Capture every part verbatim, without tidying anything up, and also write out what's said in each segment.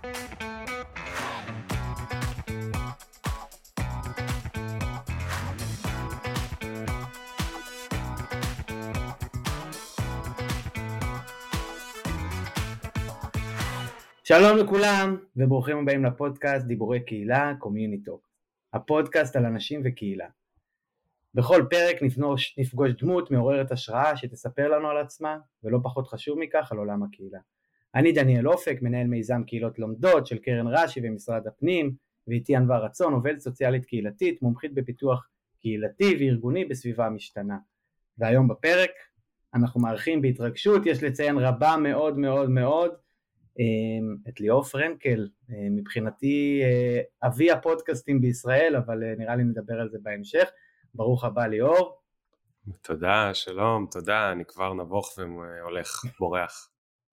שלום לכולם וברוכים הבאים לפודקאסט דיבורי קהילה Community Talk, הפודקאסט על אנשים וקהילה. בכל פרק נפגוש, נפגוש דמות מעוררת השראה שתספר לנו על עצמה, ולא פחות חשוב מכך על עולם הקהילה. אני דניאל אופק, מנהל מיזם קהילות לומדות של קרן רש"י ומשרד הפנים, ואיתי ענווה רצון, עובדת סוציאלית קהילתית, מומחית בפיתוח קהילתי וארגוני בסביבה המשתנה. והיום בפרק אנחנו מארחים בהתרגשות, יש לציין רבה מאוד מאוד מאוד, את ליאור פרנקל, מבחינתי אבי הפודקאסטים בישראל, אבל נראה לי נדבר על זה בהמשך. ברוך הבא ליאור. תודה, שלום, תודה, אני כבר נבוך והולך, בורח.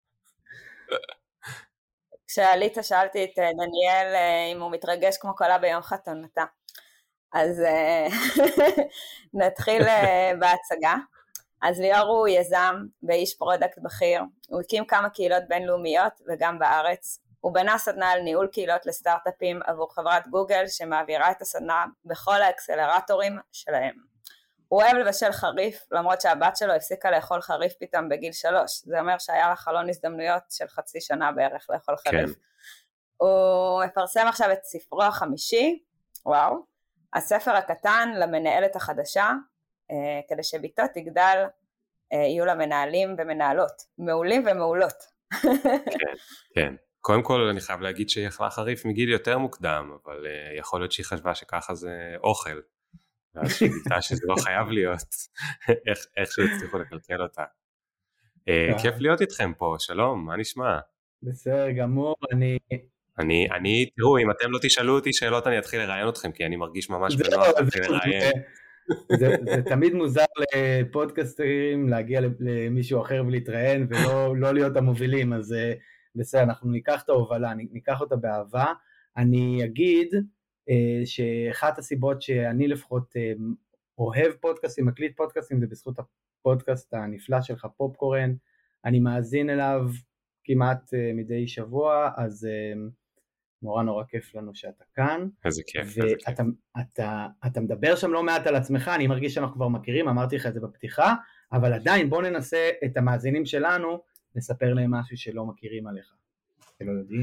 כשעלית שאלתי את דניאל אם הוא מתרגש כמו קולה ביום חתונתה, אז נתחיל בהצגה. אז ליאור הוא יזם ואיש פרודקט בכיר, הוא הקים כמה קהילות בינלאומיות וגם בארץ, הוא בנה סדנה על ניהול קהילות לסטארט-אפים עבור חברת גוגל שמעבירה את הסדנה בכל האקסלרטורים שלהם. הוא אוהב לבשל חריף, למרות שהבת שלו הפסיקה לאכול חריף פתאום בגיל שלוש, זה אומר שהיה לה חלון הזדמנויות של חצי שנה בערך לאכול חריף. כן. הוא מפרסם עכשיו את ספרו החמישי, וואו, הספר הקטן למנהלת החדשה, כדי שביתו תגדל, יהיו לה מנהלים ומנהלות, מעולים ומעולות. כן, כן. קודם כל אני חייב להגיד שהיא אכלה חריף מגיל יותר מוקדם, אבל יכול להיות שהיא חשבה שככה זה אוכל, ואז שהיא ביתה שזה לא חייב להיות, איך שהצליחו לקלקל אותה. כיף להיות איתכם פה, שלום, מה נשמע? בסדר גמור, אני... אני, אני, תראו, אם אתם לא תשאלו אותי שאלות אני אתחיל לראיין אתכם, כי אני מרגיש ממש בנוח להתחיל לראיין. זה, זה תמיד מוזר לפודקאסטרים להגיע למישהו אחר ולהתראיין ולא לא להיות המובילים, אז בסדר, אנחנו ניקח את ההובלה, ניקח אותה באהבה. אני אגיד שאחת הסיבות שאני לפחות אוהב פודקאסטים, מקליט פודקאסטים, זה בזכות הפודקאסט הנפלא שלך פופקורן, אני מאזין אליו כמעט מדי שבוע, אז נורא נורא כיף לנו שאתה כאן. איזה כיף, ואתה, איזה כיף. אתה, אתה, אתה מדבר שם לא מעט על עצמך, אני מרגיש שאנחנו כבר מכירים, אמרתי לך את זה בפתיחה, אבל עדיין בוא ננסה את המאזינים שלנו, לספר להם משהו שלא מכירים עליך, שלא יודעים.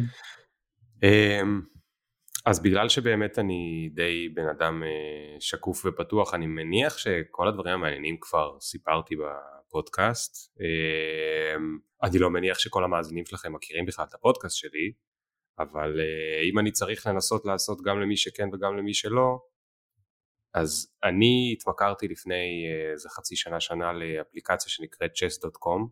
אז בגלל שבאמת אני די בן אדם שקוף ופתוח, אני מניח שכל הדברים המעניינים כבר סיפרתי בפודקאסט, אני לא מניח שכל המאזינים שלכם מכירים בכלל את הפודקאסט שלי, אבל uh, אם אני צריך לנסות לעשות גם למי שכן וגם למי שלא, אז אני התמכרתי לפני איזה uh, חצי שנה שנה לאפליקציה שנקראת צ'ס דוט קום,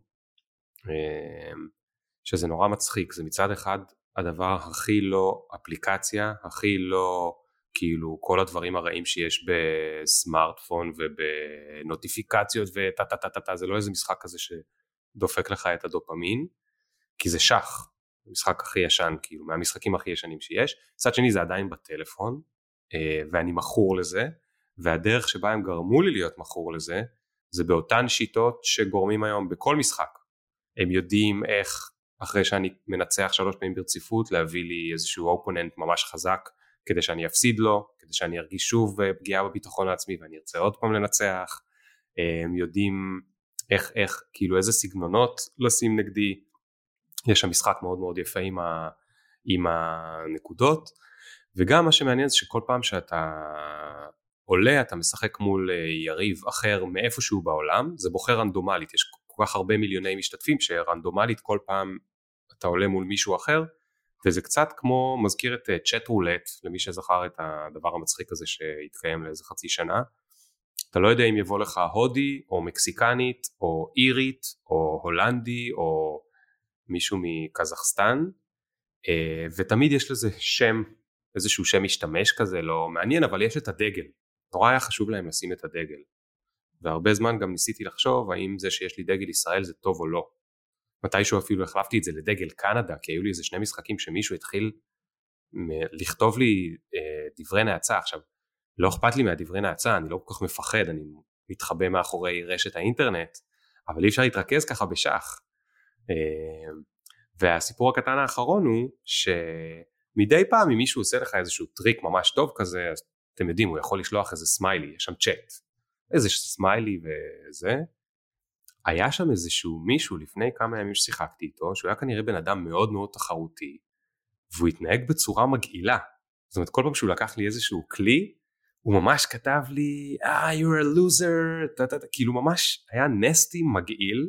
uh, שזה נורא מצחיק. זה מצד אחד הדבר הכי לא אפליקציה, הכי לא כאילו כל הדברים הרעים שיש בסמארטפון ובנוטיפיקציות וטה טה טה טה טה, זה לא איזה משחק כזה שדופק לך את הדופמין, כי זה שח. המשחק הכי ישן, כאילו, מהמשחקים הכי ישנים שיש. מצד שני זה עדיין בטלפון, ואני מכור לזה, והדרך שבה הם גרמו לי להיות מכור לזה, זה באותן שיטות שגורמים היום בכל משחק. הם יודעים איך, אחרי שאני מנצח שלוש פעמים ברציפות, להביא לי איזשהו אופוננט ממש חזק, כדי שאני אפסיד לו, כדי שאני ארגיש שוב פגיעה בביטחון העצמי, ואני ארצה עוד פעם לנצח. הם יודעים איך, איך, כאילו, איזה סגנונות לשים נגדי. יש שם משחק מאוד מאוד יפה עם, ה, עם הנקודות, וגם מה שמעניין זה שכל פעם שאתה עולה, אתה משחק מול יריב אחר מאיפשהו בעולם, זה בוחר רנדומלית, יש כל כך הרבה מיליוני משתתפים, שרנדומלית כל פעם אתה עולה מול מישהו אחר, וזה קצת כמו, מזכיר את צ'אט רולט, למי שזכר את הדבר המצחיק הזה שהתקיים לאיזה חצי שנה, אתה לא יודע אם יבוא לך הודי, או מקסיקנית, או אירית, או הולנדי, או מישהו מקזחסטן, ותמיד יש לזה שם, איזשהו שם משתמש כזה, לא מעניין, אבל יש את הדגל. נורא היה חשוב להם לשים את הדגל. והרבה זמן גם ניסיתי לחשוב, האם זה שיש לי דגל ישראל זה טוב או לא. מתישהו אפילו החלפתי את זה לדגל קנדה, כי היו לי איזה שני משחקים שמישהו התחיל לכתוב לי דברי נאצה. עכשיו, לא אכפת לי מהדברי נאצה, אני לא כל כך מפחד, אני מתחבא מאחורי רשת האינטרנט, אבל אי אפשר להתרכז ככה בשח. והסיפור הקטן האחרון הוא שמדי פעם אם מישהו עושה לך איזשהו טריק ממש טוב כזה, אז אתם יודעים, הוא יכול לשלוח איזה סמיילי, יש שם צ'אט, איזה סמיילי וזה. היה שם איזשהו מישהו לפני כמה ימים ששיחקתי איתו, שהוא היה כנראה בן אדם מאוד מאוד תחרותי, והוא התנהג בצורה מגעילה. זאת אומרת, כל פעם שהוא לקח לי איזשהו כלי, הוא ממש כתב לי, ah, you're a loser, ת, ת, ת, כאילו ממש היה נסטי מגעיל,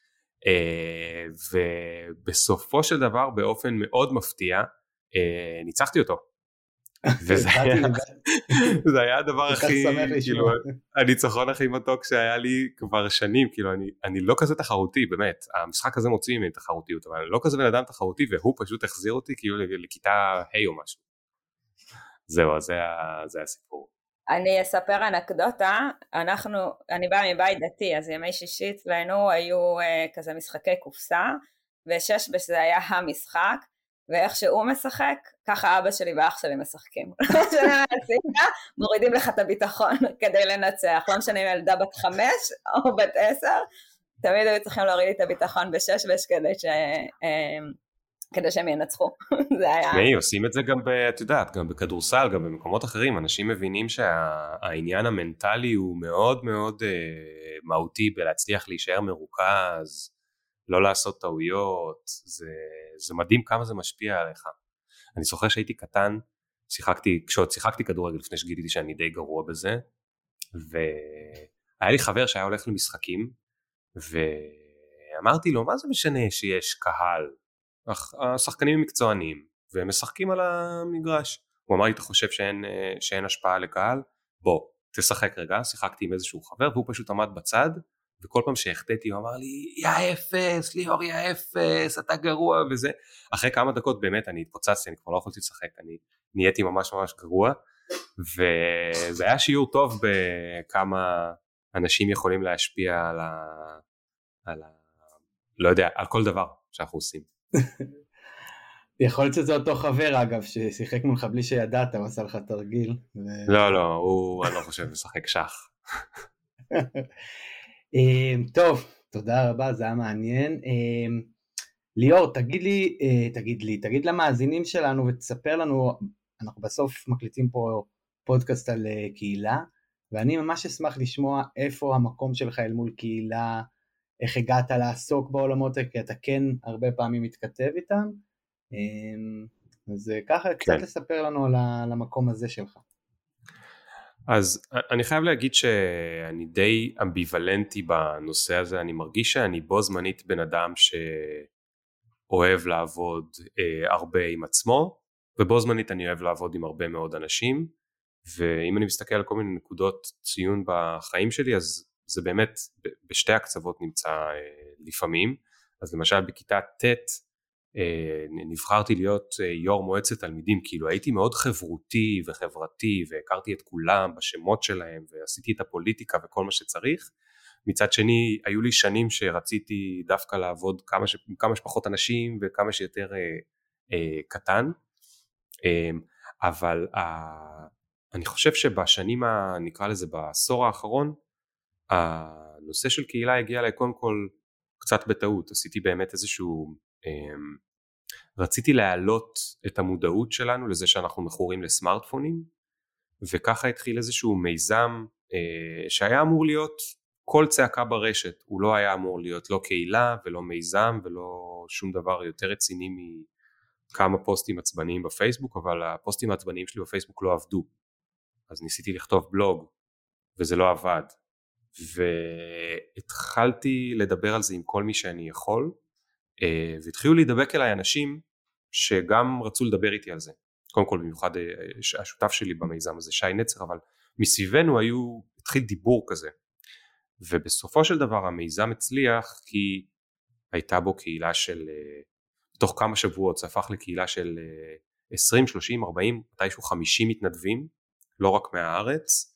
אה, ובסופו של דבר, באופן מאוד מפתיע, אה, ניצחתי אותו. וזה היה, זה היה הדבר הכי, כאילו, הניצחון הכי מתוק שהיה לי כבר שנים, כאילו, אני, אני לא כזה תחרותי, באמת, המשחק הזה מוציא ממני תחרותיות, אבל אני לא כזה בן אדם תחרותי, והוא פשוט החזיר אותי, כאילו, לכיתה היי או משהו. זהו, זה, זה הסיפור. אני אספר אנקדוטה, אנחנו, אני באה מבית דתי, אז ימי שישי אצלנו היו uh, כזה משחקי קופסה, ושש בזה היה המשחק, ואיך שהוא משחק, ככה אבא שלי ואח שלי משחקים. לא משנה מה עשית, מורידים לך את הביטחון כדי לנצח, לא משנה אם ילדה בת חמש או בת עשר, תמיד היו צריכים להוריד את הביטחון בשש בש כדי ש... כדי שהם ינצחו. זה היה... שמי, עושים את זה גם, את יודעת, גם בכדורסל, גם במקומות אחרים, אנשים מבינים שהעניין המנטלי הוא מאוד מאוד אה, מהותי בלהצליח להישאר מרוכז, לא לעשות טעויות, זה, זה מדהים כמה זה משפיע עליך. אני זוכר שהייתי קטן, שיחקתי, כשעוד שיחקתי כדורגל לפני שגיליתי שאני די גרוע בזה, והיה לי חבר שהיה הולך למשחקים, ואמרתי לו, מה זה משנה שיש קהל? השחקנים מקצוענים, והם משחקים על המגרש. הוא אמר לי, אתה חושב שאין, שאין השפעה לקהל? בוא, תשחק רגע. שיחקתי עם איזשהו חבר, והוא פשוט עמד בצד, וכל פעם שהחטאתי הוא אמר לי, יא אפס, ליאור יא אפס, אתה גרוע וזה. אחרי כמה דקות באמת אני התפוצצתי, אני כבר לא יכולתי לשחק, אני נהייתי ממש ממש גרוע, וזה היה שיעור טוב בכמה אנשים יכולים להשפיע על ה... על ה... לא יודע, על כל דבר שאנחנו עושים. יכול להיות שזה אותו חבר אגב ששיחק מולך בלי שידעת, הוא עשה לך תרגיל. לא לא, הוא אני לא חושב משחק שח. טוב, תודה רבה, זה היה מעניין. ליאור, תגיד לי, תגיד לי, תגיד למאזינים שלנו ותספר לנו, אנחנו בסוף מקליטים פה פודקאסט על קהילה, ואני ממש אשמח לשמוע איפה המקום שלך אל מול קהילה, איך הגעת לעסוק בעולמות, כי אתה כן הרבה פעמים מתכתב איתם, אז ככה כן. קצת לספר לנו על המקום הזה שלך. אז אני חייב להגיד שאני די אמביוולנטי בנושא הזה, אני מרגיש שאני בו זמנית בן אדם שאוהב לעבוד אה, הרבה עם עצמו, ובו זמנית אני אוהב לעבוד עם הרבה מאוד אנשים, ואם אני מסתכל על כל מיני נקודות ציון בחיים שלי, אז זה באמת בשתי הקצוות נמצא אה, לפעמים. אז למשל בכיתה ט' אה, נבחרתי להיות אה, יו"ר מועצת תלמידים, כאילו הייתי מאוד חברותי וחברתי והכרתי את כולם בשמות שלהם ועשיתי את הפוליטיקה וכל מה שצריך. מצד שני היו לי שנים שרציתי דווקא לעבוד כמה, ש... כמה שפחות אנשים וכמה שיותר אה, אה, קטן, אה, אבל אה, אני חושב שבשנים ה... נקרא לזה בעשור האחרון, הנושא של קהילה הגיע אליי קודם כל קצת בטעות, עשיתי באמת איזשהו, רציתי להעלות את המודעות שלנו לזה שאנחנו מכורים לסמארטפונים, וככה התחיל איזשהו מיזם שהיה אמור להיות כל צעקה ברשת, הוא לא היה אמור להיות לא קהילה ולא מיזם ולא שום דבר יותר רציני מכמה פוסטים עצבניים בפייסבוק, אבל הפוסטים העצבניים שלי בפייסבוק לא עבדו, אז ניסיתי לכתוב בלוג וזה לא עבד, והתחלתי לדבר על זה עם כל מי שאני יכול, והתחילו להידבק אליי אנשים שגם רצו לדבר איתי על זה. קודם כל במיוחד השותף שלי במיזם הזה, שי נצר, אבל מסביבנו היו, התחיל דיבור כזה, ובסופו של דבר המיזם הצליח כי הייתה בו קהילה של, בתוך כמה שבועות זה הפך לקהילה של עשרים, שלושים, ארבעים, מתישהו חמישים מתנדבים, לא רק מהארץ,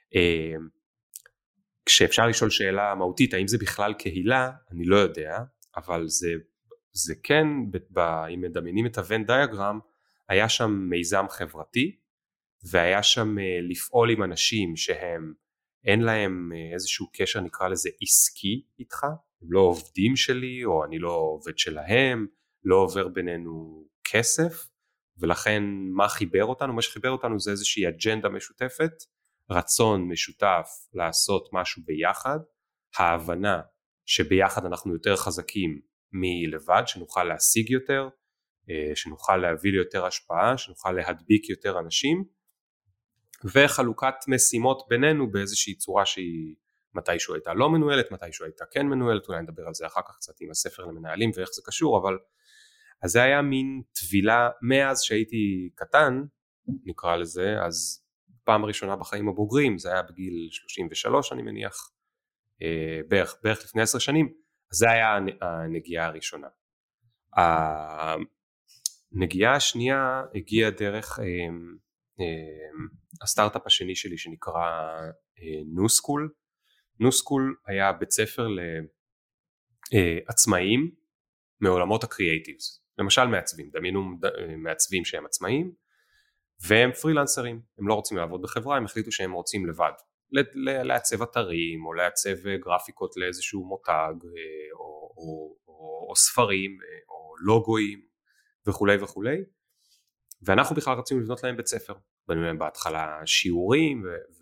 כשאפשר לשאול שאלה מהותית, האם זה בכלל קהילה, אני לא יודע, אבל זה, זה כן, ב, אם מדמיינים את הוון דיאגרם, היה שם מיזם חברתי, והיה שם לפעול עם אנשים שהם, אין להם איזשהו קשר נקרא לזה עסקי איתך, הם לא עובדים שלי, או אני לא עובד שלהם, לא עובר בינינו כסף, ולכן מה חיבר אותנו? מה שחיבר אותנו זה איזושהי אג'נדה משותפת, רצון משותף לעשות משהו ביחד, ההבנה שביחד אנחנו יותר חזקים מלבד, שנוכל להשיג יותר, שנוכל להביא ליותר השפעה, שנוכל להדביק יותר אנשים, וחלוקת משימות בינינו באיזושהי צורה שהיא מתישהו הייתה לא מנוהלת, מתישהו הייתה כן מנוהלת, אולי נדבר על זה אחר כך קצת עם הספר למנהלים ואיך זה קשור, אבל אז זה היה מין תבילה מאז שהייתי קטן, נקרא לזה, אז פעם ראשונה בחיים הבוגרים, זה היה בגיל שלושים ושלוש אני מניח, בערך, בערך לפני עשר שנים, אז זה היה הנגיעה הראשונה. הנגיעה השנייה הגיעה דרך הסטארט-אפ השני שלי שנקרא ניוסקול. ניוסקול היה בית ספר לעצמאים מעולמות הקריאייטיבס, למשל מעצבים, דמיינו מעצבים שהם עצמאים והם פרילנסרים, הם לא רוצים לעבוד בחברה, הם החליטו שהם רוצים לבד לעצב אתרים או לעצב גרפיקות לאיזשהו מותג או, או, או, או ספרים או לוגויים וכולי וכולי, ואנחנו בכלל רצינו לבנות להם בית ספר, בנו להם בהתחלה שיעורים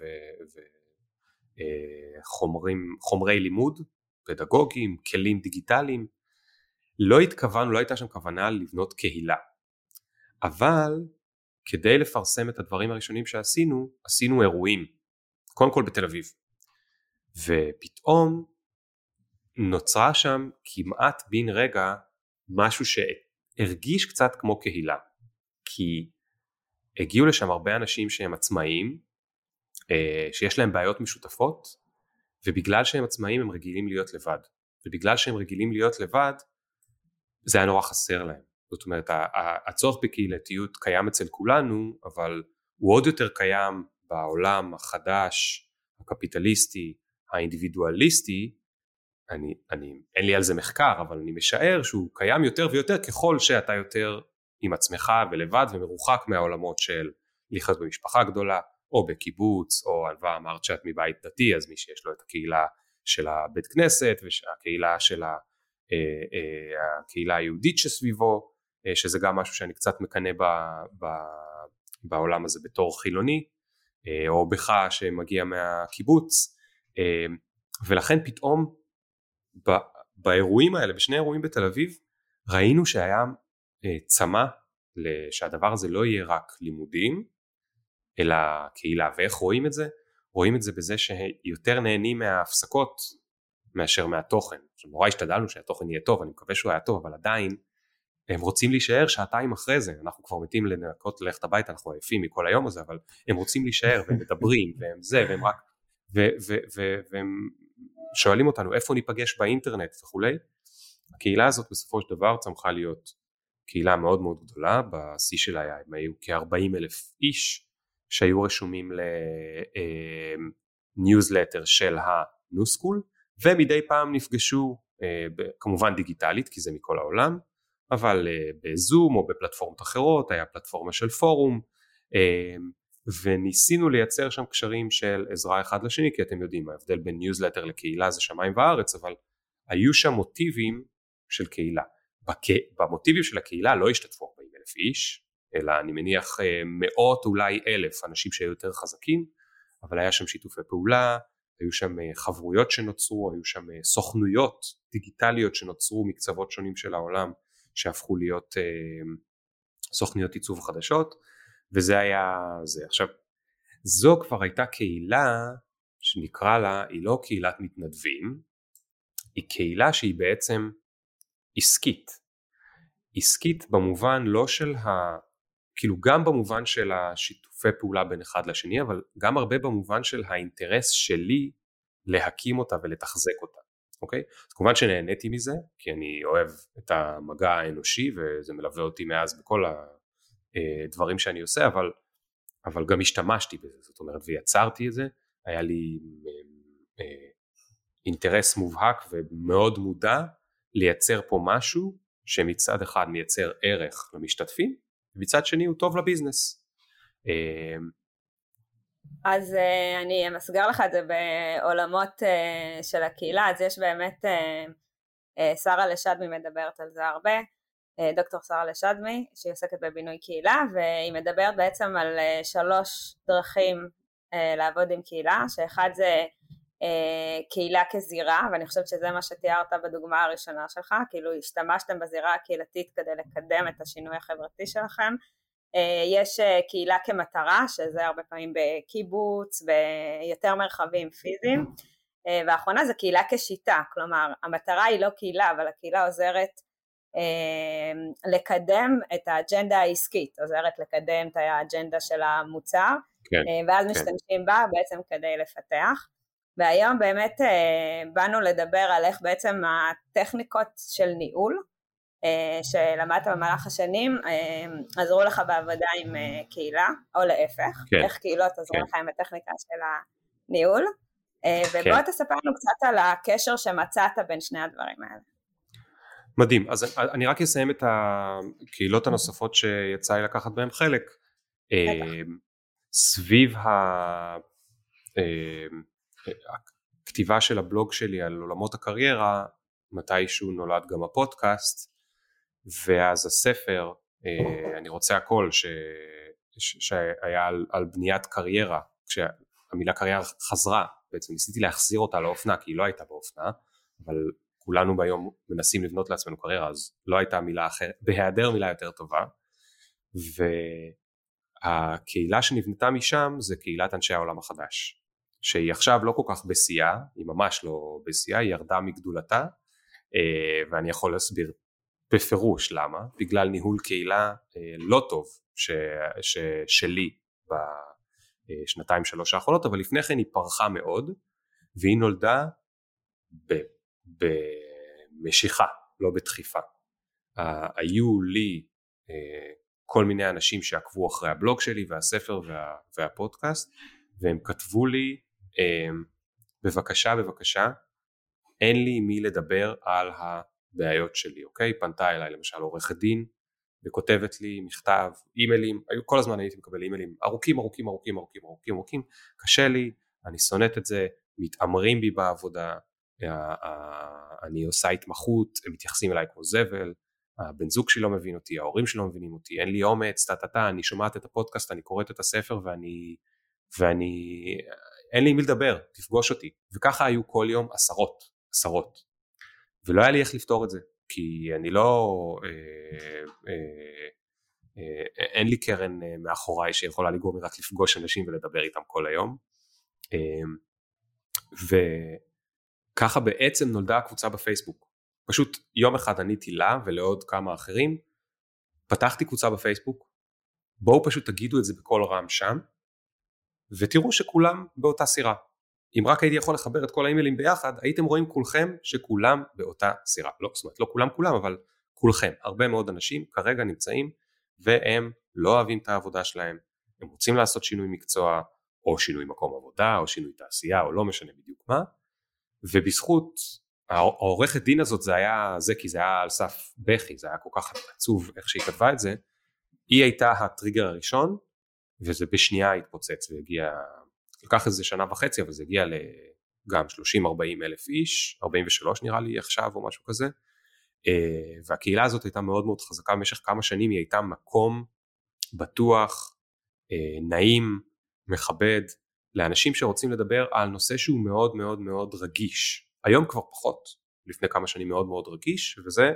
וחומרי לימוד פדגוגיים, כלים דיגיטליים, לא התכוונו, לא הייתה שם כוונה לבנות קהילה, אבל כדי לפרסם את הדברים הראשונים שעשינו, עשינו אירועים, קודם כל בתל אביב, ופתאום נוצרה שם כמעט בין רגע משהו שהרגיש קצת כמו קהילה, כי הגיעו לשם הרבה אנשים שהם עצמאים, שיש להם בעיות משותפות, ובגלל שהם עצמאים הם רגילים להיות לבד, ובגלל שהם רגילים להיות לבד, זה היה נורא חסר להם. זאת אומרת, הצורך בקהילתיות קיים אצל כולנו, אבל הוא עוד יותר קיים בעולם החדש, הקפיטליסטי, האינדיבידואליסטי. אני, אני, אין לי על זה מחקר, אבל אני משער שהוא קיים יותר ויותר ככל שאתה יותר עם עצמך ולבד ומרוחק מהעולמות של לחיות במשפחה גדולה, או בקיבוץ, או ענווה אמרת שאת מבית דתי, אז מי שיש לו את הקהילה של הבית כנסת, והקהילה של ה... הקהילה היהודית שסביבו, שזה גם משהו שאני קצת מקנה ב, ב, בעולם הזה בתור חילוני, או בך שמגיע מהקיבוץ, ולכן פתאום ב, באירועים האלה, בשני אירועים בתל אביב, ראינו שהיה צמא שהדבר הזה לא יהיה רק לימודים, אלא קהילה. ואיך רואים את זה? רואים את זה בזה שיותר נהנים מההפסקות מאשר מהתוכן. עכשיו, נורא השתדלנו שהתוכן יהיה טוב, אני מקווה שהוא היה טוב, אבל עדיין הם רוצים להישאר שעתיים אחרי זה, אנחנו כבר מתים לנקות ללכת הביתה, אנחנו עייפים מכל היום הזה, אבל הם רוצים להישאר והם מדברים והם זה והם רק ו- ו- ו- והם שואלים אותנו איפה ניפגש באינטרנט וכולי. הקהילה הזאת בסופו של דבר צמחה להיות קהילה מאוד מאוד גדולה, בשיא שלה היה, הם היו כ-ארבעים אלף איש שהיו רשומים לניוזלטר של הניוסקול, ומדי פעם נפגשו כמובן דיגיטלית כי זה מכל העולם, אבל בזום או בפלטפורמות אחרות, היה פלטפורמה של פורום, וניסינו לייצר שם קשרים של עזרה אחד לשני, כי אתם יודעים ההבדל בין ניוזלטר לקהילה זה שמיים וארץ, אבל היו שם מוטיבים של קהילה. במוטיבים של הקהילה לא השתתפו ארבעים אלף איש, אלא אני מניח מאות אולי אלף אנשים שהיו יותר חזקים, אבל היה שם שיתופי פעולה, היו שם חברויות שנוצרו, היו שם סוכנויות דיגיטליות שנוצרו מקצוות שונים של העולם, שהפכו להיות סוכניות עיצוב חדשות, וזה היה זה. עכשיו, זו כבר הייתה קהילה שנקרא לה, היא לא קהילת מתנדבים, היא קהילה שהיא בעצם עסקית. עסקית במובן לא של ה... כאילו גם במובן של השיתופי פעולה בין אחד לשני, אבל גם הרבה במובן של האינטרס שלי להקים אותה ולתחזק אותה. אוקיי? אז כמובן שנהניתי מזה, כי אני אוהב את המגע האנושי, וזה מלווה אותי מאז בכל הדברים שאני עושה, אבל, אבל גם השתמשתי בזה, זאת אומרת, ויצרתי את זה, היה לי אינטרס מובהק ומאוד מודע לייצר פה משהו שמצד אחד מייצר ערך למשתתפים, ומצד שני הוא טוב לביזנס. אז אני מסגר לך את זה בעולמות של הקהילה, אז יש באמת, שרה לשדמי מדברת על זה הרבה, דוקטור שרה לשדמי, שהיא עוסקת בבינוי קהילה, והיא מדברת בעצם על שלוש דרכים לעבוד עם קהילה, שאחד זה קהילה כזירה, ואני חושבת שזה מה שתיארת בדוגמה הראשונה שלך, כאילו השתמשתם בזירה הקהילתית כדי לקדם את השינוי החברתי שלכם. יש קהילה כמטרה, שזה הרבה פעמים בקיבוץ, ביותר מרחבים פיזיים, והאחרונה זה קהילה כשיטה, כלומר המטרה היא לא קהילה, אבל הקהילה עוזרת לקדם את האג'נדה העסקית, עוזרת לקדם את האג'נדה של המוצר, כן, ואז כן. משתמשים בה בעצם כדי לפתח. והיום באמת באנו לדבר על איך בעצם הטכניקות של ניהול, שלמדת במהלך השנים, עזרו לך בעבודה עם קהילה, או להפך, כן. איך קהילות עזרו כן. לך עם הטכניקה של הניהול, ובוא כן. תספר לנו קצת על הקשר שמצאת בין שני הדברים האלה. מדהים, אז אני רק אסיים את הקהילות הנוספות שיצא לי לקחת בהם חלק, סביב הכתיבה של הבלוג שלי על עולמות הקריירה, מתישהו נולד גם הפודקאסט, ואז הספר, אני רוצה הכל, שהיה על בניית קריירה, כשהמילה קריירה חזרה, בעצם ניסיתי להחזיר אותה לאופנה, כי היא לא הייתה באופנה, אבל כולנו ביום מנסים לבנות לעצמנו קריירה, אז לא הייתה מילה אחרת, בהיעדר מילה יותר טובה, והקהילה שנבנתה משם זה קהילת אנשי העולם החדש, שהיא עכשיו לא כל כך בשיאה, היא ממש לא בשיאה, היא ירדה מגדולתה, ואני יכול להסביר בפירוש למה, בגלל ניהול קהילה לא טוב ש, ש, שלי בשנתיים שלוש האחרונות, אבל לפני כן היא פרחה מאוד, והיא נולדה ב... במשיכה, לא בדחיפה. Uh, היו לי uh, כל מיני אנשים שעקבו אחרי הבלוג שלי והספר וה, והפודקאסט, והם כתבו לי, uh, בבקשה, בבקשה, אין לי מי לדבר על הבעיות שלי, אוקיי? פנתה אליי למשל עורכת דין, וכותבת לי מכתב, אימיילים, כל הזמן הייתי מקבל אימיילים ארוכים, ארוכים, ארוכים, ארוכים, ארוכים, ארוכים, קשה לי, אני שונאת את זה, מתאמרים בי בעבודה, אני עושה התמחות, הם מתייחסים אליי כמו זבל, הבן זוג שלי לא מבין אותי, ההורים שלי לא מבינים אותי, אין לי אומץ, טטטה, אני שומעת את הפודקאסט, אני קוראת את הספר ואני, ואני, אין לי מי לדבר, תפגוש אותי, וככה היו כל יום עשרות, עשרות, ולא היה לי איך לפתור את זה, כי אני לא, אה, אה, אה, אין לי קרן מאחוריי שיכולה לגרום לי רק לפגוש אנשים ולדבר איתם כל היום, אה, ו... ככה בעצם נולדה הקבוצה בפייסבוק. פשוט יום אחד עניתי לה ולעוד כמה אחרים, פתחתי קבוצה בפייסבוק, בואו פשוט תגידו את זה בכל רם שם, ותראו שכולם באותה סירה. אם רק הייתי יכול לחבר את כל האימיילים ביחד, הייתם רואים כולכם שכולם באותה סירה. לא, זאת אומרת, לא כולם כולם, אבל כולכם. הרבה מאוד אנשים כרגע נמצאים, והם לא אוהבים את העבודה שלהם, הם רוצים לעשות שינוי מקצוע, או שינוי מקום עבודה, או שינוי תעשייה, או לא משנה בדיוק מה, ובזכות העורכת דין הזאת זה היה זה, כי זה היה על סף בכי, זה היה כל כך עצוב איך שהיא כתבה את זה, היא הייתה הטריגר הראשון, וזה בשנייה התפוצץ והגיע, לקח איזה שנה וחצי, אבל זה הגיע גם שלושים ארבעים אלף איש, ארבעים ושלוש נראה לי עכשיו או משהו כזה, והקהילה הזאת הייתה מאוד מאוד חזקה במשך כמה שנים, היא הייתה מקום בטוח, נעים, מכבד, לאנשים שרוצים לדבר על נושא שהוא מאוד מאוד מאוד רגיש, היום כבר פחות, לפני כמה שנים מאוד מאוד רגיש, וזה,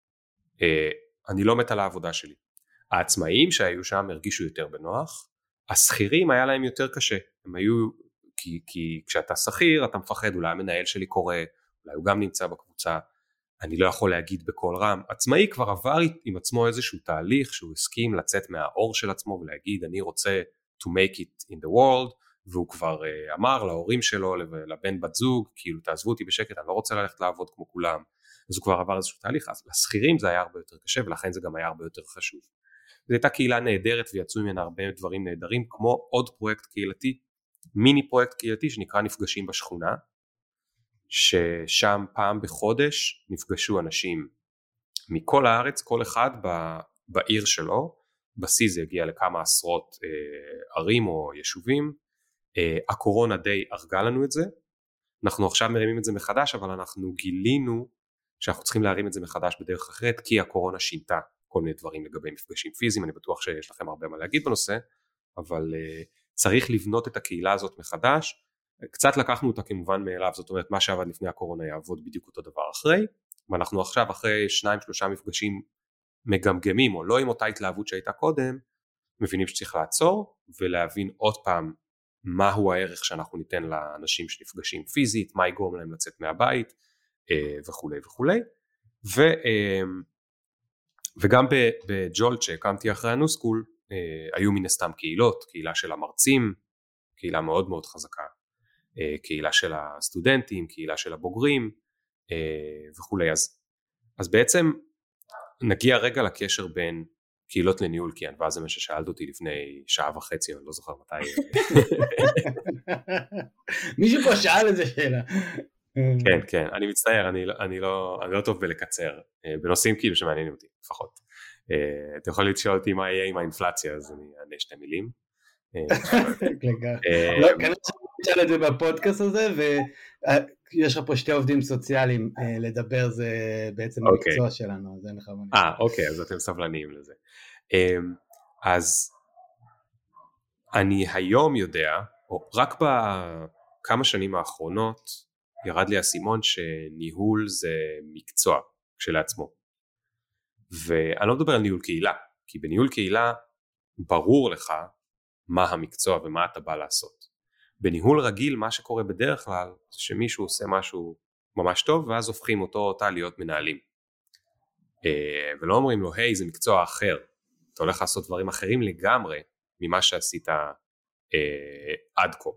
אני לא מת על העבודה שלי. העצמאים שהיו שם הרגישו יותר בנוח, השכירים היה להם יותר קשה, הם היו, כי, כי כשאתה שכיר אתה מפחד, אולי המנהל שלי קורא, אולי הוא גם נמצא בקבוצה, אני לא יכול להגיד בכל רם, עצמאי כבר עבר עם עצמו איזשהו תהליך, שהוא הסכים לצאת מהאור של עצמו, ולהגיד אני רוצה to make it in the world, והוא כבר uh, אמר להורים שלו, לבן בת זוג, כאילו תעזבו אותי בשקט, אני לא רוצה ללכת לעבוד כמו כולם, אז הוא כבר עבר איזשהו תהליך, אז לשכירים זה היה הרבה יותר קשה, ולכן זה גם היה הרבה יותר חשוב. זו הייתה קהילה נהדרת, ויצאו ממנה הרבה דברים נהדרים, כמו עוד פרויקט קהילתי, מיני פרויקט קהילתי, שנקרא נפגשים בשכונה, ששם פעם בחודש נפגשו אנשים מכל הארץ, כל אחד בעיר שלו, בסיס זה הגיע לכמה עשרות אה, ערים או יישובים, אה, הקורונה די הרגה לנו את זה, אנחנו עכשיו מרימים את זה מחדש, אבל אנחנו גילינו שאנחנו צריכים להרים את זה מחדש בדרך אחרת, כי הקורונה שינתה כל מיני דברים לגבי מפגשים פיזיים, אני בטוח שיש לכם הרבה מה להגיד בנושא, אבל uh, צריך לבנות את הקהילה הזאת מחדש, קצת לקחנו אותה כמובן מאליו, זאת אומרת מה שעבד לפני הקורונה יעבוד בדיוק אותו דבר אחרי, ואנחנו עכשיו אחרי שניים שלושה מפגשים מגמגמים, או לא עם אותה התלהבות שהייתה קודם, מבינים שצריך לעצור, ולהבין עוד פעם מהו הערך שאנחנו ניתן לאנשים שנפגשים פיזית, מה יגרום להם לצאת מהבית, וכו' וכו'. ו, וגם בג'ולט שהקמתי אחרי הנוסקול, היו מן הסתם קהילות, קהילה של המרצים, קהילה מאוד מאוד חזקה, קהילה של הסטודנטים, קהילה של הבוגרים, וכו'. אז, אז בעצם נגיע רגע לקשר בין קהילות לניהול קיין, ואז זה מה ששאלת אותי לפני שעה וחצי, אני לא זוכר מתי. מישהו פה שאל איזה שאלה. כן, כן, אני מצטער, אני, אני, לא, אני לא טוב בלקצר, בנושאים כאילו שמעניינים אותי, לפחות. אתה יכול לשאול אותי מה יהיה עם האינפלציה, אז אני אענה שתי מילים. לא, כנראה שנשאל את זה בפודקאסט הזה, ויש לך פה שתי עובדים סוציאליים לדבר, זה בעצם המקצוע שלנו, אז אין לך מה לשאול. אה, אוקיי, אז אתם סבלניים לזה. אז אני היום יודע, או רק בכמה שנים האחרונות, ירד לי הסימון שניהול זה מקצוע כשלעצמו. ואני לא מדבר על ניהול קהילה, כי בניהול קהילה ברור לך מה המקצוע ומה אתה בא לעשות. בניהול רגיל מה שקורה בדרך כלל זה שמישהו עושה משהו ממש טוב ואז הופכים אותו אותה להיות מנהלים. ולא אומרים לו היי זה מקצוע אחר, אתה הולך לעשות דברים אחרים לגמרי ממה שעשית עד כה.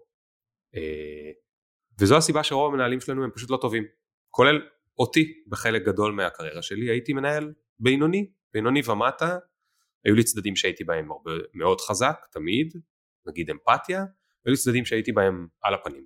וזו הסיבה שרוב המנהלים שלנו הם פשוט לא טובים, כולל אותי בחלק גדול מהקריירה שלי, הייתי מנהל בינוני, בינוני ומטה, היו לי צדדים שהייתי בהם הרבה, מאוד חזק, תמיד, נגיד אמפתיה, והיו לי צדדים שהייתי בהם על הפנים.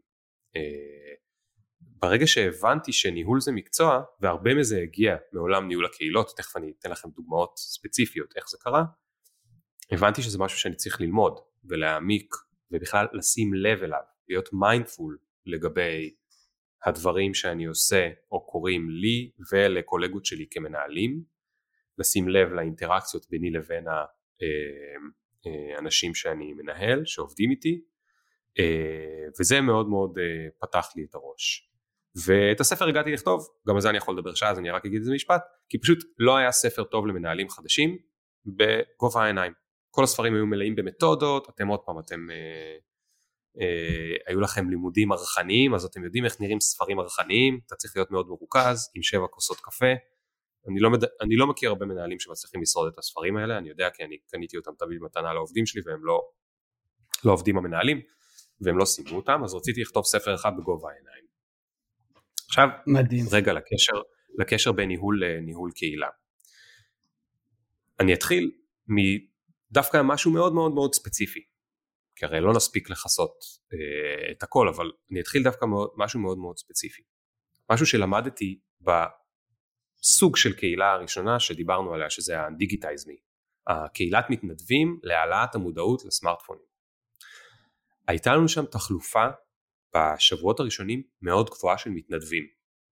ברגע שהבנתי שניהול זה מקצוע, והרבה מזה הגיע מעולם ניהול הקהילות, תכף אני אתן לכם דוגמאות ספציפיות איך זה קרה, הבנתי שזה משהו שאני צריך ללמוד ולהעמיק, ובכלל לשים לב אליו, להיות מיינדפול לגבי הדברים שאני עושה או קוראים לי ולקולגות שלי כמנהלים, לשים לב לאינטראקציות ביני לבין האנשים שאני מנהל, שעובדים איתי, וזה מאוד מאוד פתח לי את הראש. ואת הספר הגעתי לכתוב, גם על זה אני יכול לדבר שעה, אז אני רק אגיד איזה משפט, כי פשוט לא היה ספר טוב למנהלים חדשים בגובה העיניים. כל הספרים היו מלאים במתודות, אתם עוד פעם, אתם... Uh, היו לכם לימודים ערכניים, אז אתם יודעים איך נראים ספרים ערכניים, אתה צריך להיות מאוד מרוכז, עם שבע כוסות קפה, אני לא, מד... אני לא מכיר הרבה מנהלים שמצליחים לשרוד את הספרים האלה, אני יודע כי אני קניתי אותם תמיד מתנה לעובדים שלי, והם לא, לא עובדים המנהלים, והם לא סיימו אותם, אז רציתי לכתוב ספר אחד בגובה העיניים. עכשיו, מדהים. רגע לקשר, לקשר בין ניהול לניהול קהילה. אני אתחיל מדווקא משהו מאוד מאוד מאוד ספציפי, כי הרי לא נספיק לחסות אה, את הכל, אבל אני אתחיל דווקא מאוד, משהו מאוד מאוד ספציפי. משהו שלמדתי בסוג של קהילה הראשונה שדיברנו עליה, שזה ה-Digitize Me, הקהילת מתנדבים להעלאת המודעות לסמארטפונים. הייתה לנו שם תחלופה בשבועות הראשונים מאוד גבוהה של מתנדבים.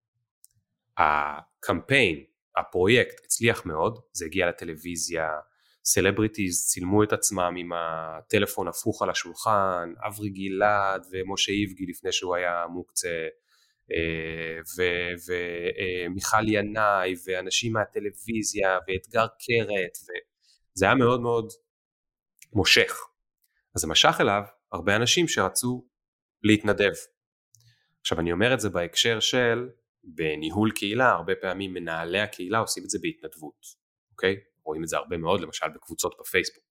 הקמפיין, הפרויקט הצליח מאוד, זה הגיע לטלוויזיה, סלבריטיז צילמו את עצמם עם הטלפון הפוך על השולחן, אברי גלעד ומשה איבגי לפני שהוא היה מוקצה, ומיכל ינאי ואנשים מהטלוויזיה ואתגר קרת, וזה היה מאוד מאוד מושך. אז זה משך אליו הרבה אנשים שרצו להתנדב. עכשיו אני אומר את זה בהקשר של בניהול קהילה, הרבה פעמים מנהלי הקהילה עושים את זה בהתנדבות, אוקיי? רואים את זה הרבה מאוד, למשל בקבוצות בפייסבוק.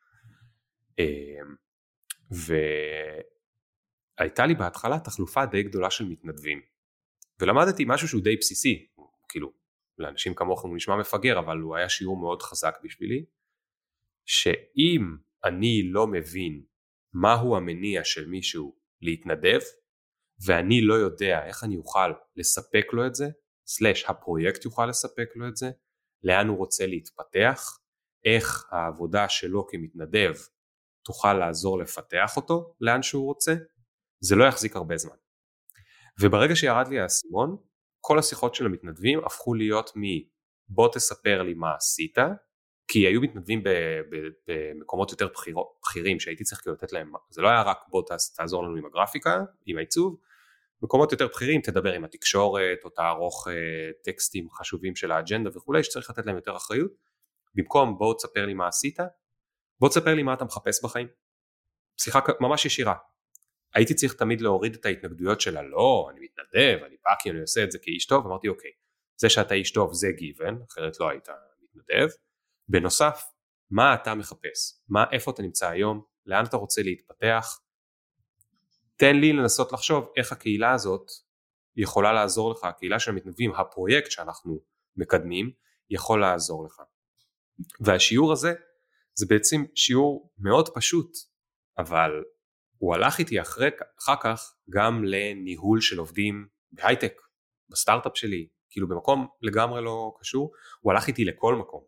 והייתה לי בהתחלה תחלופה די גדולה של מתנדבים, ולמדתי משהו שהוא די בסיסי, כאילו, לאנשים כמוכם הוא נשמע מפגר, אבל הוא היה שיעור מאוד חזק בשבילי, שאם אני לא מבין מהו המניע של מישהו להתנדב, ואני לא יודע איך אני אוכל לספק לו את זה, סלש הפרויקט יוכל לספק לו את זה, לאן הוא רוצה להתפתח, איך העבודה שלו כמתנדב תוכל לעזור לפתח אותו לאן שהוא רוצה, זה לא יחזיק הרבה זמן. וברגע שירד לי האסימון, כל השיחות של המתנדבים הפכו להיות מבוא תספר לי מה עשית, כי היו מתנדבים במקומות יותר בכירים שהייתי צריך לתת להם, זה לא היה רק בוא תעזור לנו עם הגרפיקה, עם העיצוב, מקומות יותר בכירים תדבר עם התקשורת או תערוך טקסטים חשובים של האג'נדה וכולי, שצריך לתת להם יותר אחריות. במקום בוא תספר לי מה עשית, בוא תספר לי מה אתה מחפש בחיים. שיחה ממש ישירה. הייתי צריך תמיד להוריד את ההתנגדויות שלה, לא, אני מתנדב, אני בא כי אני עושה את זה כאיש טוב, אמרתי אוקיי, זה שאתה איש טוב זה גיוון, אחרת לא היית מתנדב. בנוסף, מה אתה מחפש? מה, איפה אתה נמצא היום? לאן אתה רוצה להתפתח? תן לי לנסות לחשוב איך הקהילה הזאת יכולה לעזור לך, הקהילה של המתנדבים, הפרויקט שאנחנו מקדמים, יכול לעזור לך. והשיעור הזה, זה בעצם שיעור מאוד פשוט, אבל הוא הלך איתי אחרי, אחר כך גם לניהול של עובדים בהייטק, בסטארט-אפ שלי, כאילו במקום לגמרי לא קשור, הוא הלך איתי לכל מקום.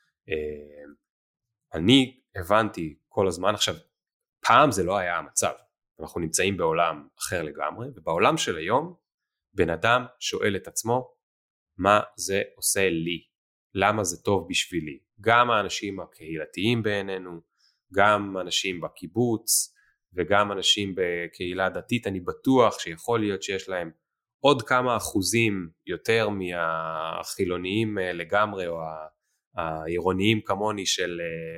אני הבנתי כל הזמן, עכשיו, פעם זה לא היה המצב, אנחנו נמצאים בעולם אחר לגמרי, ובעולם של היום, בן אדם שואל את עצמו, מה זה עושה לי? למה זה טוב בשבילי? גם האנשים הקהילתיים בעינינו, גם אנשים בקיבוץ, וגם אנשים בקהילה דתית, אני בטוח שיכול להיות שיש להם עוד כמה אחוזים יותר מהחילוניים לגמרי, או העירוניים כמוני של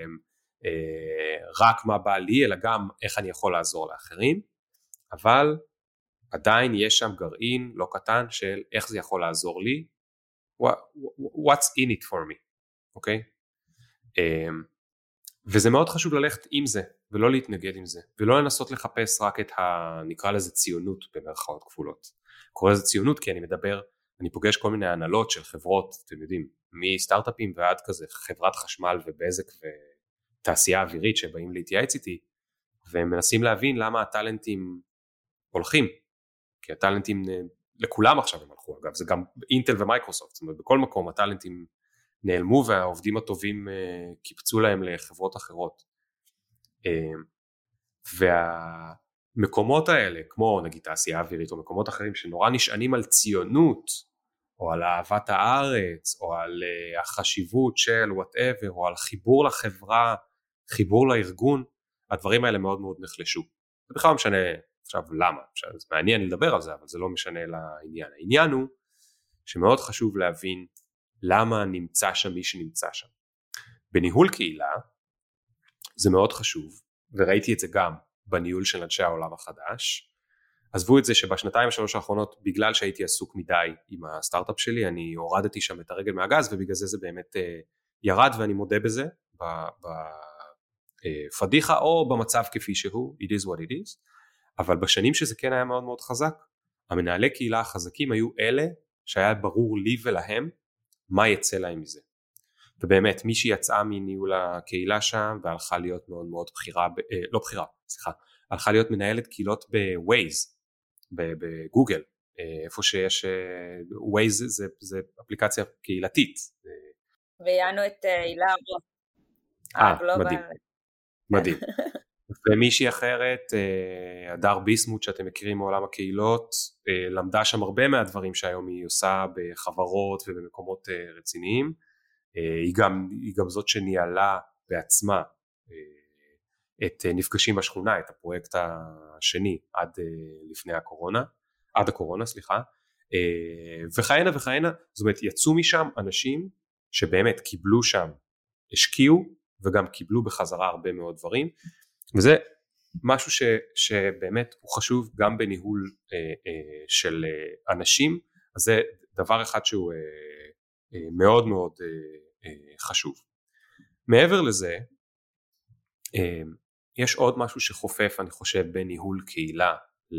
רק מה בא לי, אלא גם איך אני יכול לעזור לאחרים, אבל עדיין יש שם גרעין לא קטן של איך זה יכול לעזור לי, what's in it for me, אוקיי? וזה מאוד חשוב ללכת עם זה, ולא להתנגד עם זה, ולא לנסות לחפש רק את ה... נקרא לזה ציונות במרכאות כפולות. קורא לזה ציונות כי אני מדבר, אני פוגש כל מיני הנהלות של חברות, אתם יודעים, מסטארט-אפים ועד כזה, חברת חשמל ובזק ותעשייה אווירית שבאים להתייעץ איתי, והם מנסים להבין למה הטלנטים הולכים, כי הטלנטים לכולם עכשיו הם הלכו, אגב, זה גם אינטל ומייקרוסופט, זאת אומרת, בכל מקום הטלנטים נעלמו והעובדים הטובים קיפצו להם לחברות אחרות. והמקומות האלה, כמו נגיד תעשייה אווירית או מקומות אחרים שנורא נשענים על ציונות, או על אהבת הארץ, או על החשיבות של whatever, או על חיבור לחברה, חיבור לארגון, הדברים האלה מאוד מאוד נחלשו. זה בכלל לא משנה עכשיו למה, זה מעניין לדבר על זה, אבל זה לא משנה לעניין. העניין הוא שמאוד חשוב להבין למה נמצא שם מי שנמצא שם. בניהול קהילה, זה מאוד חשוב, וראיתי את זה גם בניהול של אנשי העולם החדש. עזבו את זה שבשנתיים השלוש האחרונות, בגלל שהייתי עסוק מדי עם הסטארט-אפ שלי, אני הורדתי שם את הרגל מהגז, ובגלל זה זה באמת ירד, ואני מודה בזה, בפדיחה או במצב כפי שהוא, it is what it is. אבל בשנים שזה כן היה מאוד מאוד חזק, המנהלי קהילה החזקים היו אלה שהיה ברור לי ולהם מה יצא להם מזה. ובאמת, מי שיצאה מניהול הקהילה שם והלכה להיות מאוד מאוד בחירה, אה, לא בחירה, סליחה, הלכה להיות מנהלת קהילות בווייז, בגוגל, אה, איפה שיש, ווייז זה, זה אפליקציה קהילתית. ראיינו את הילה רוט. אה, מדהים, מדהים. ומישהי אחרת, הדר ביסמוט שאתם מכירים מעולם הקהילות, למדה שם הרבה מהדברים שהיום היא עושה בחברות ובמקומות רציניים, היא גם, היא גם זאת שניהלה בעצמה את נפגשים בשכונה, את הפרויקט השני עד לפני הקורונה, עד הקורונה, סליחה, וחיינה וחיינה, זאת אומרת יצאו משם אנשים שבאמת קיבלו שם, השקיעו וגם קיבלו בחזרה הרבה מאוד דברים, וזה משהו ש, שבאמת הוא חשוב גם בניהול אה, אה, של אה, אנשים, אז זה דבר אחד שהוא אה, אה, מאוד מאוד אה, אה, חשוב. מעבר לזה, אה, יש עוד משהו שחופף, אני חושב, בין ניהול קהילה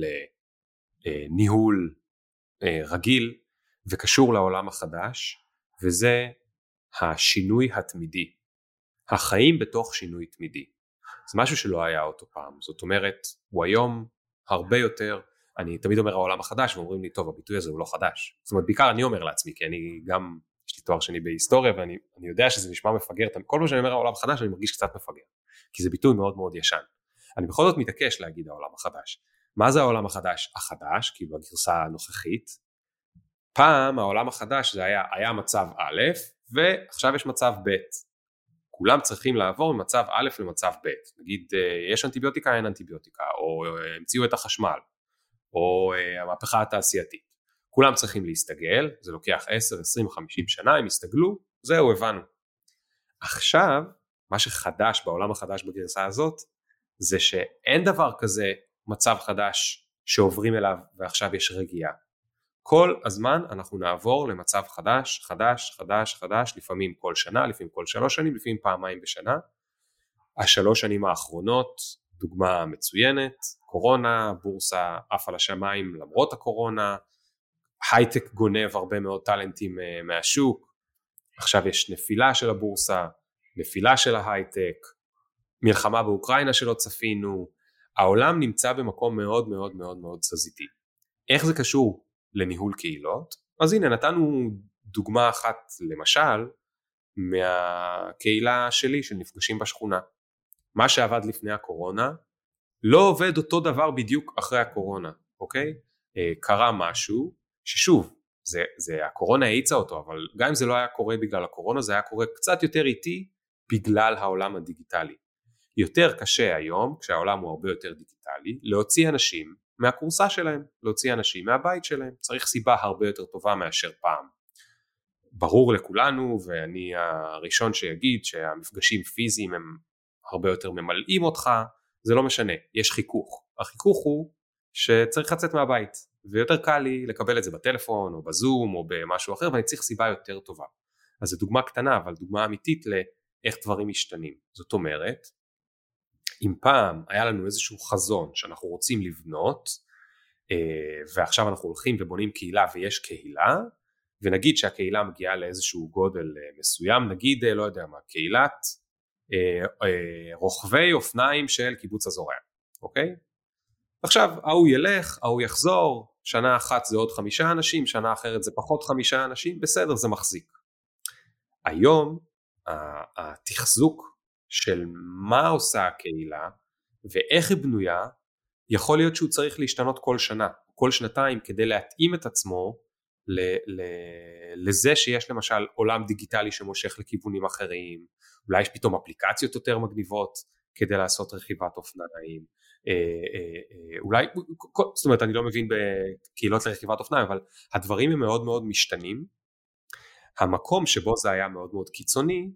לניהול אה, רגיל, וקשור לעולם החדש, וזה השינוי התמידי. החיים בתוך שינוי תמידי. זה משהו שלא היה אותו פעם, זאת אומרת, הוא היום הרבה יותר, אני תמיד אומר העולם החדש, ואומרים לי, טוב, הביטוי הזה הוא לא חדש. זאת אומרת, בעיקר אני אומר לעצמי, כי אני גם, יש לי תואר שני בהיסטוריה, ואני אני יודע שזה נשמע מפגר, כל פעם שאני אומר העולם החדש, אני מרגיש קצת מפגר, כי זה ביטוי מאוד מאוד ישן. אני בכל זאת מתעקש להגיד העולם החדש. מה זה העולם החדש? החדש, כי בגרסה הנוכחית, פעם העולם החדש זה היה, היה מצב א', ועכשיו יש מצב ב'. כולם צריכים לעבור ממצב א' למצב ב'. נגיד, יש אנטיביוטיקה, אין אנטיביוטיקה, או המציאו את החשמל, או המהפכה התעשייתית. כולם צריכים להסתגל, זה לוקח עשר, עשרים, חמישים שנה, הם יסתגלו, זהו, הבנו. עכשיו, מה שחדש בעולם החדש בגרסה הזאת, זה שאין דבר כזה מצב חדש שעוברים אליו ועכשיו יש רגיעה. כל הזמן אנחנו נעבור למצב חדש, חדש, חדש, חדש, לפעמים כל שנה, לפעמים כל שלוש שנים, לפעמים פעמיים בשנה. השלוש שנים האחרונות, דוגמה מצוינת, קורונה, בורסה עף על השמיים למרות הקורונה, הייטק גונב הרבה מאוד טלנטים מהשוק, עכשיו יש נפילה של הבורסה, נפילה של ההייטק, מלחמה באוקראינה שלא צפינו, העולם נמצא במקום מאוד מאוד מאוד מאוד תזזיתי. איך זה קשור לניהול קהילות? אז הנה נתנו דוגמה אחת למשל מהקהילה שלי של נפגשים בשכונה. מה שעבד לפני הקורונה לא עובד אותו דבר בדיוק אחרי הקורונה, אוקיי? קרה משהו ששוב, זה, זה הקורונה העיצה אותו, אבל גם אם זה לא היה קורה בגלל הקורונה, זה היה קורה קצת יותר איטי בגלל העולם הדיגיטלי. יותר קשה היום, כשהעולם הוא הרבה יותר דיגיטלי, להוציא אנשים מהקורסה שלהם, להוציא אנשים מהבית שלהם. צריך סיבה הרבה יותר טובה מאשר פעם. ברור לכולנו, ואני הראשון שיגיד שהמפגשים פיזיים הם הרבה יותר ממלאים אותך, זה לא משנה, יש חיכוך. החיכוך הוא שצריך לצאת מהבית, ויותר קל לי לקבל את זה בטלפון או בזום או במשהו אחר, ואני צריך סיבה יותר טובה. אז זו דוגמה קטנה, אבל דוגמה אמיתית לאיך דברים משתנים. זאת אומרת, אם פעם היה לנו איזשהו חזון שאנחנו רוצים לבנות, ועכשיו אנחנו הולכים ובונים קהילה ויש קהילה, ונגיד שהקהילה מגיעה לאיזשהו גודל מסוים, נגיד, לא יודע מה, קהילת רוכבי אופניים של קיבוץ הזורע, אוקיי? עכשיו, ההוא ילך, ההוא יחזור, שנה אחת זה עוד חמישה אנשים, שנה אחרת זה פחות חמישה אנשים, בסדר, זה מחזיק. היום, התחזוק של מה עושה הקהילה, ואיך היא בנויה, יכול להיות שהוא צריך להשתנות כל שנה, כל שנתיים, כדי להתאים את עצמו ל- ל- לזה שיש למשל עולם דיגיטלי שמושך לכיוונים אחרים, אולי יש פתאום אפליקציות יותר מגניבות, כדי לעשות רכיבת אופניים, אולי, זאת אומרת אני לא מבין בקהילות לרכיבת אופניים, אבל הדברים הם מאוד מאוד משתנים. המקום שבו זה היה מאוד מאוד קיצוני,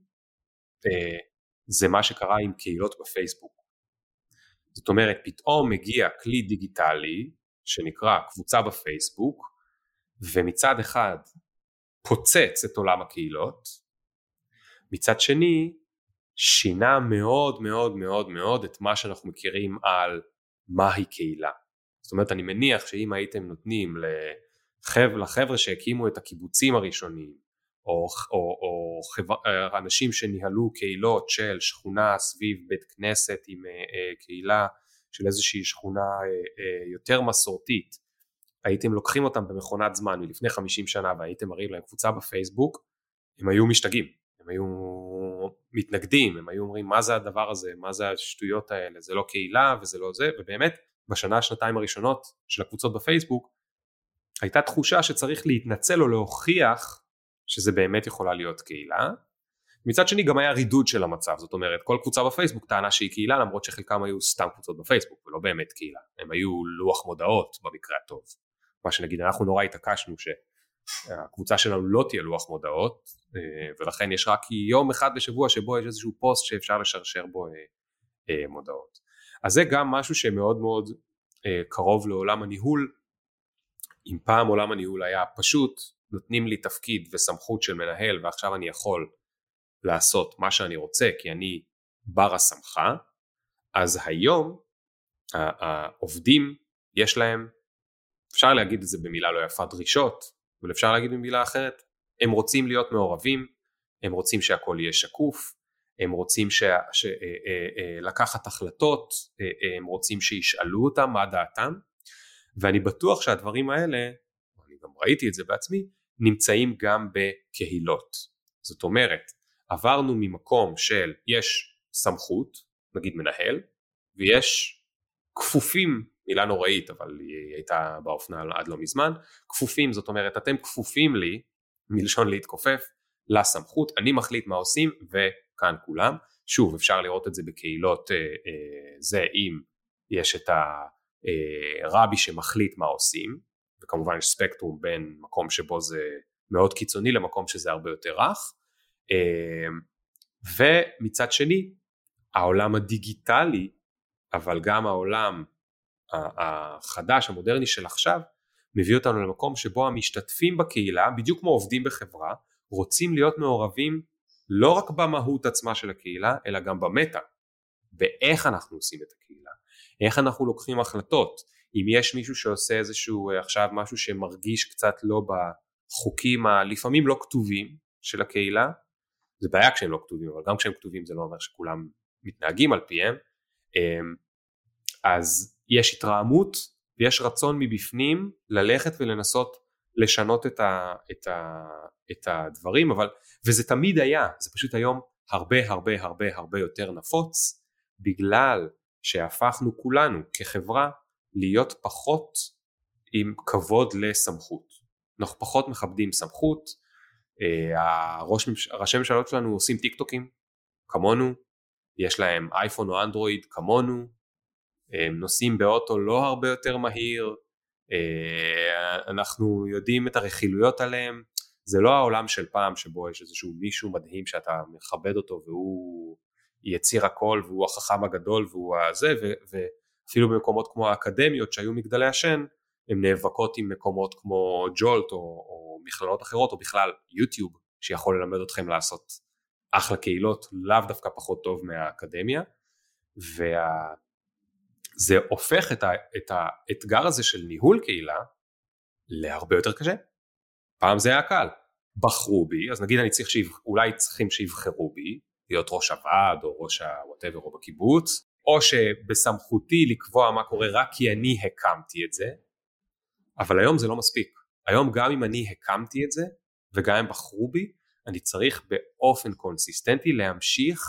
זה מה שקרה עם קהילות בפייסבוק. זאת אומרת, פתאום מגיע כלי דיגיטלי, שנקרא קבוצה בפייסבוק, ומצד אחד פוצץ את עולם הקהילות, מצד שני, שינה מאוד מאוד מאוד מאוד את מה שאנחנו מכירים על מהי קהילה. זאת אומרת, אני מניח שאם הייתם נותנים לחבר'ה, לחבר'ה שהקימו את הקיבוצים הראשונים, או, או, או חבר, אנשים שניהלו קהילות של שכונה סביב בית כנסת עם אה, אה, קהילה של איזושהי שכונה אה, אה, יותר מסורתית, הייתם לוקחים אותם במכונת זמן מלפני חמישים שנה והייתם מראים להם קבוצה בפייסבוק, הם היו משתגעים, הם היו מתנגדים, הם היו אומרים מה זה הדבר הזה, מה זה השטויות האלה, זה לא קהילה וזה לא זה, ובאמת בשנה השנתיים הראשונות של הקבוצות בפייסבוק הייתה תחושה שצריך להתנצל או להוכיח שזה באמת יכולה להיות קהילה. מצד שני גם היה רידוד של המצב, זאת אומרת כל קבוצה בפייסבוק טענה שהיא קהילה, למרות שחלקם היו סתם קבוצות בפייסבוק ולא באמת קהילה, הם היו לוח מודעות במקרה הטוב, מה שנגיד אנחנו נורא התעקשנו שהקבוצה שלנו לא תהיה לוח מודעות, ולכן יש רק יום אחד בשבוע שבו יש איזשהו פוסט שאפשר לשרשר בו מודעות. אז זה גם משהו שמאוד מאוד קרוב לעולם הניהול. אם פעם עולם הניהול היה פשוט, נותנים לי תפקיד וסמכות של מנהל ועכשיו אני יכול לעשות מה שאני רוצה כי אני בר הסמכה, אז היום העובדים יש להם, אפשר להגיד את זה במילה לא יפה, דרישות, אבל אפשר להגיד במילה אחרת, הם רוצים להיות מעורבים, הם רוצים שהכל יהיה שקוף, הם רוצים ש... ש... לקחת החלטות, הם רוצים שישאלו אותם מה דעתם, ואני בטוח שהדברים האלה, אני גם ראיתי את זה בעצמי, נמצאים גם בקהילות. זאת אומרת, עברנו ממקום של יש סמכות, נגיד מנהל, ויש כפופים מילה נוראית, אבל היא הייתה באופנה עד לא מזמן, כפופים, זאת אומרת, אתם כפופים לי, מלשון להתכופף, לסמכות, אני מחליט מה עושים, וכאן כולם, שוב, אפשר לראות את זה בקהילות, אה, אה, זה אם יש את הרבי שמחליט מה עושים, וכמובן יש ספקטרום בין מקום שבו זה מאוד קיצוני, למקום שזה הרבה יותר רך, אה, ומצד שני, העולם הדיגיטלי, אבל גם העולם החדש, המודרני של עכשיו, מביא אותנו למקום שבו המשתתפים בקהילה, בדיוק כמו עובדים בחברה, רוצים להיות מעורבים לא רק במהות עצמה של הקהילה, אלא גם במטה, באיך אנחנו עושים את הקהילה, איך אנחנו לוקחים החלטות, אם יש מישהו שעושה איזשהו עכשיו משהו שמרגיש קצת לא בחוקים הלפעמים לא כתובים של הקהילה, זה בעיה כשהם לא כתובים, אבל גם כשהם כתובים זה לא אומר שכולם מתנהגים על פיהם, אז יש התרעמות ויש רצון מבפנים ללכת ולנסות לשנות את, ה, את, ה, את הדברים, אבל, וזה תמיד היה, זה פשוט היום הרבה הרבה הרבה הרבה יותר נפוץ, בגלל שהפכנו כולנו כחברה להיות פחות עם כבוד לסמכות, אנחנו פחות מכבדים סמכות, הראש, ראשי ממשלות שלנו עושים טיק טוקים כמונו, יש להם אייפון או אנדרואיד כמונו, הם נוסעים באוטו לא הרבה יותר מהיר, אנחנו יודעים את הרכילויות עליהם, זה לא העולם של פעם שבו יש איזשהו מישהו מדהים שאתה מכבד אותו והוא יציר הכל והוא החכם הגדול והוא הזה, ואפילו במקומות כמו האקדמיות שהיו מגדלי השן, הם נאבקות עם מקומות כמו ג'ולט או, או מכללות אחרות או בכלל יוטיוב שיכול ללמד אתכם לעשות אחלה קהילות, לאו דווקא פחות טוב מהאקדמיה, וזה הופך את, ה, את האתגר הזה של ניהול קהילה להרבה יותר קשה. פעם זה היה קל, בחרו בי, אז נגיד אני צריך שאולי צריכים שיבחרו בי, להיות ראש הוועד או ראש ה-whatever או בקיבוץ, או שבסמכותי לקבוע מה קורה רק כי אני הקמתי את זה, אבל היום זה לא מספיק. היום גם אם אני הקמתי את זה, וגם אם בחרו בי, אני צריך באופן קונסיסטנטי להמשיך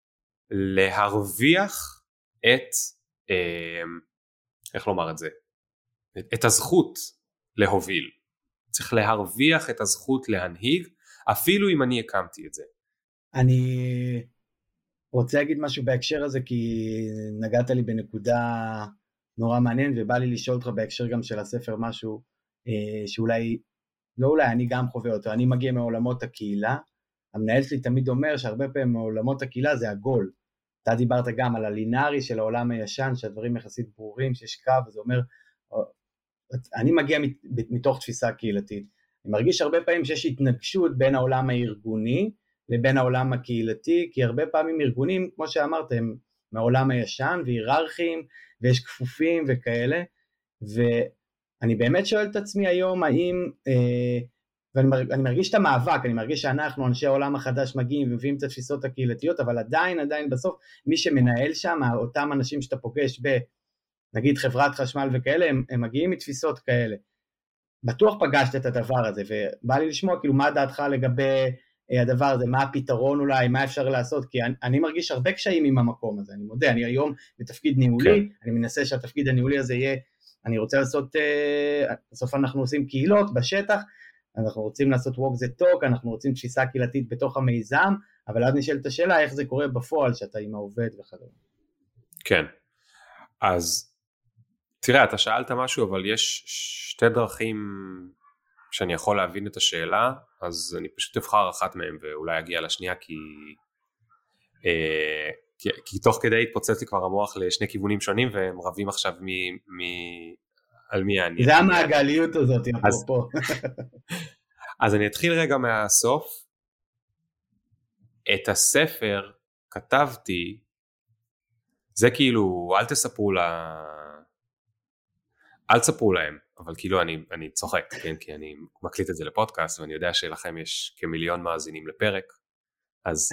להרוויח את, אה, איך לומר את זה, את הזכות להוביל. צריך להרוויח את הזכות להנהיג, אפילו אם אני הקמתי את זה. אני רוצה להגיד משהו בהקשר הזה, כי נגעת לי בנקודה נורא מעניין, ובא לי לשאול אותך בהקשר גם של הספר משהו, אה, שאולי, לא אולי, אני גם חווה אותו, אני מגיע מעולמות הקהילה, המנהל שלי תמיד אומר שהרבה פעמים מעולמות הקהילה זה הגול, אתה דיברת גם על הלינארי של העולם הישן, שהדברים יחסית ברורים, שיש קו, וזה אומר, אני מגיע מתוך תפיסה קהילתית, אני מרגיש הרבה פעמים שיש התנגשות בין העולם הארגוני, לבין העולם הקהילתי, כי הרבה פעמים ארגונים, כמו שאמרתם, מהעולם הישן, והיררכיים, ויש כפופים וכאלה, ואני באמת שואל את עצמי היום, האם, אה, ואני מרגיש את המאבק, אני מרגיש שאנחנו, אנשי העולם החדש, מגיעים ומביאים את התפיסות הקהילתיות, אבל עדיין, עדיין בסוף, מי שמנהל שם, אותם אנשים שאתה פוגש ב, נגיד חברת חשמל וכאלה, הם, הם מגיעים מתפיסות כאלה. בטוח פגשת את הדבר הזה, ובא לי לשמוע, כאילו, מה דעתך לגבי הדבר הזה, מה הפתרון אולי, מה אפשר לעשות, כי אני, אני מרגיש הרבה קשיים עם המקום הזה, אני מודה, אני היום בתפקיד ניהולי, okay. אני מנסה שהתפקיד הניהולי הזה יהיה, אני רוצה לעשות, uh, בסוף אנחנו עושים קהילות בשטח, אנחנו רוצים לעשות walk the talk, אנחנו רוצים תפיסה קהילתית בתוך המיזם, אבל אז נשאלת השאלה, איך זה קורה בפועל, שאתה עם העובד וכדומה. כן, אז תראה, אתה שאלת משהו, אבל יש שתי דרכים שאני יכול להבין את השאלה, אז אני פשוט אבחר אחת מהם, ואולי אגיע לשנייה, כי, אה, כי, כי תוך כדי התפוצץ לי כבר המוח לשני כיוונים שונים, והם רבים עכשיו מ, מ, על מי אני. זה המעגליות הזאת, אפרופו. אז אני אתחיל רגע מהסוף. את הספר כתבתי, זה כאילו, אל תספרו לה, אל תספרו להם, אבל כאילו אני, אני צוחק, כן? כי אני מקליט את זה לפודקאסט, ואני יודע שלכם יש כמיליון מאזינים לפרק, אז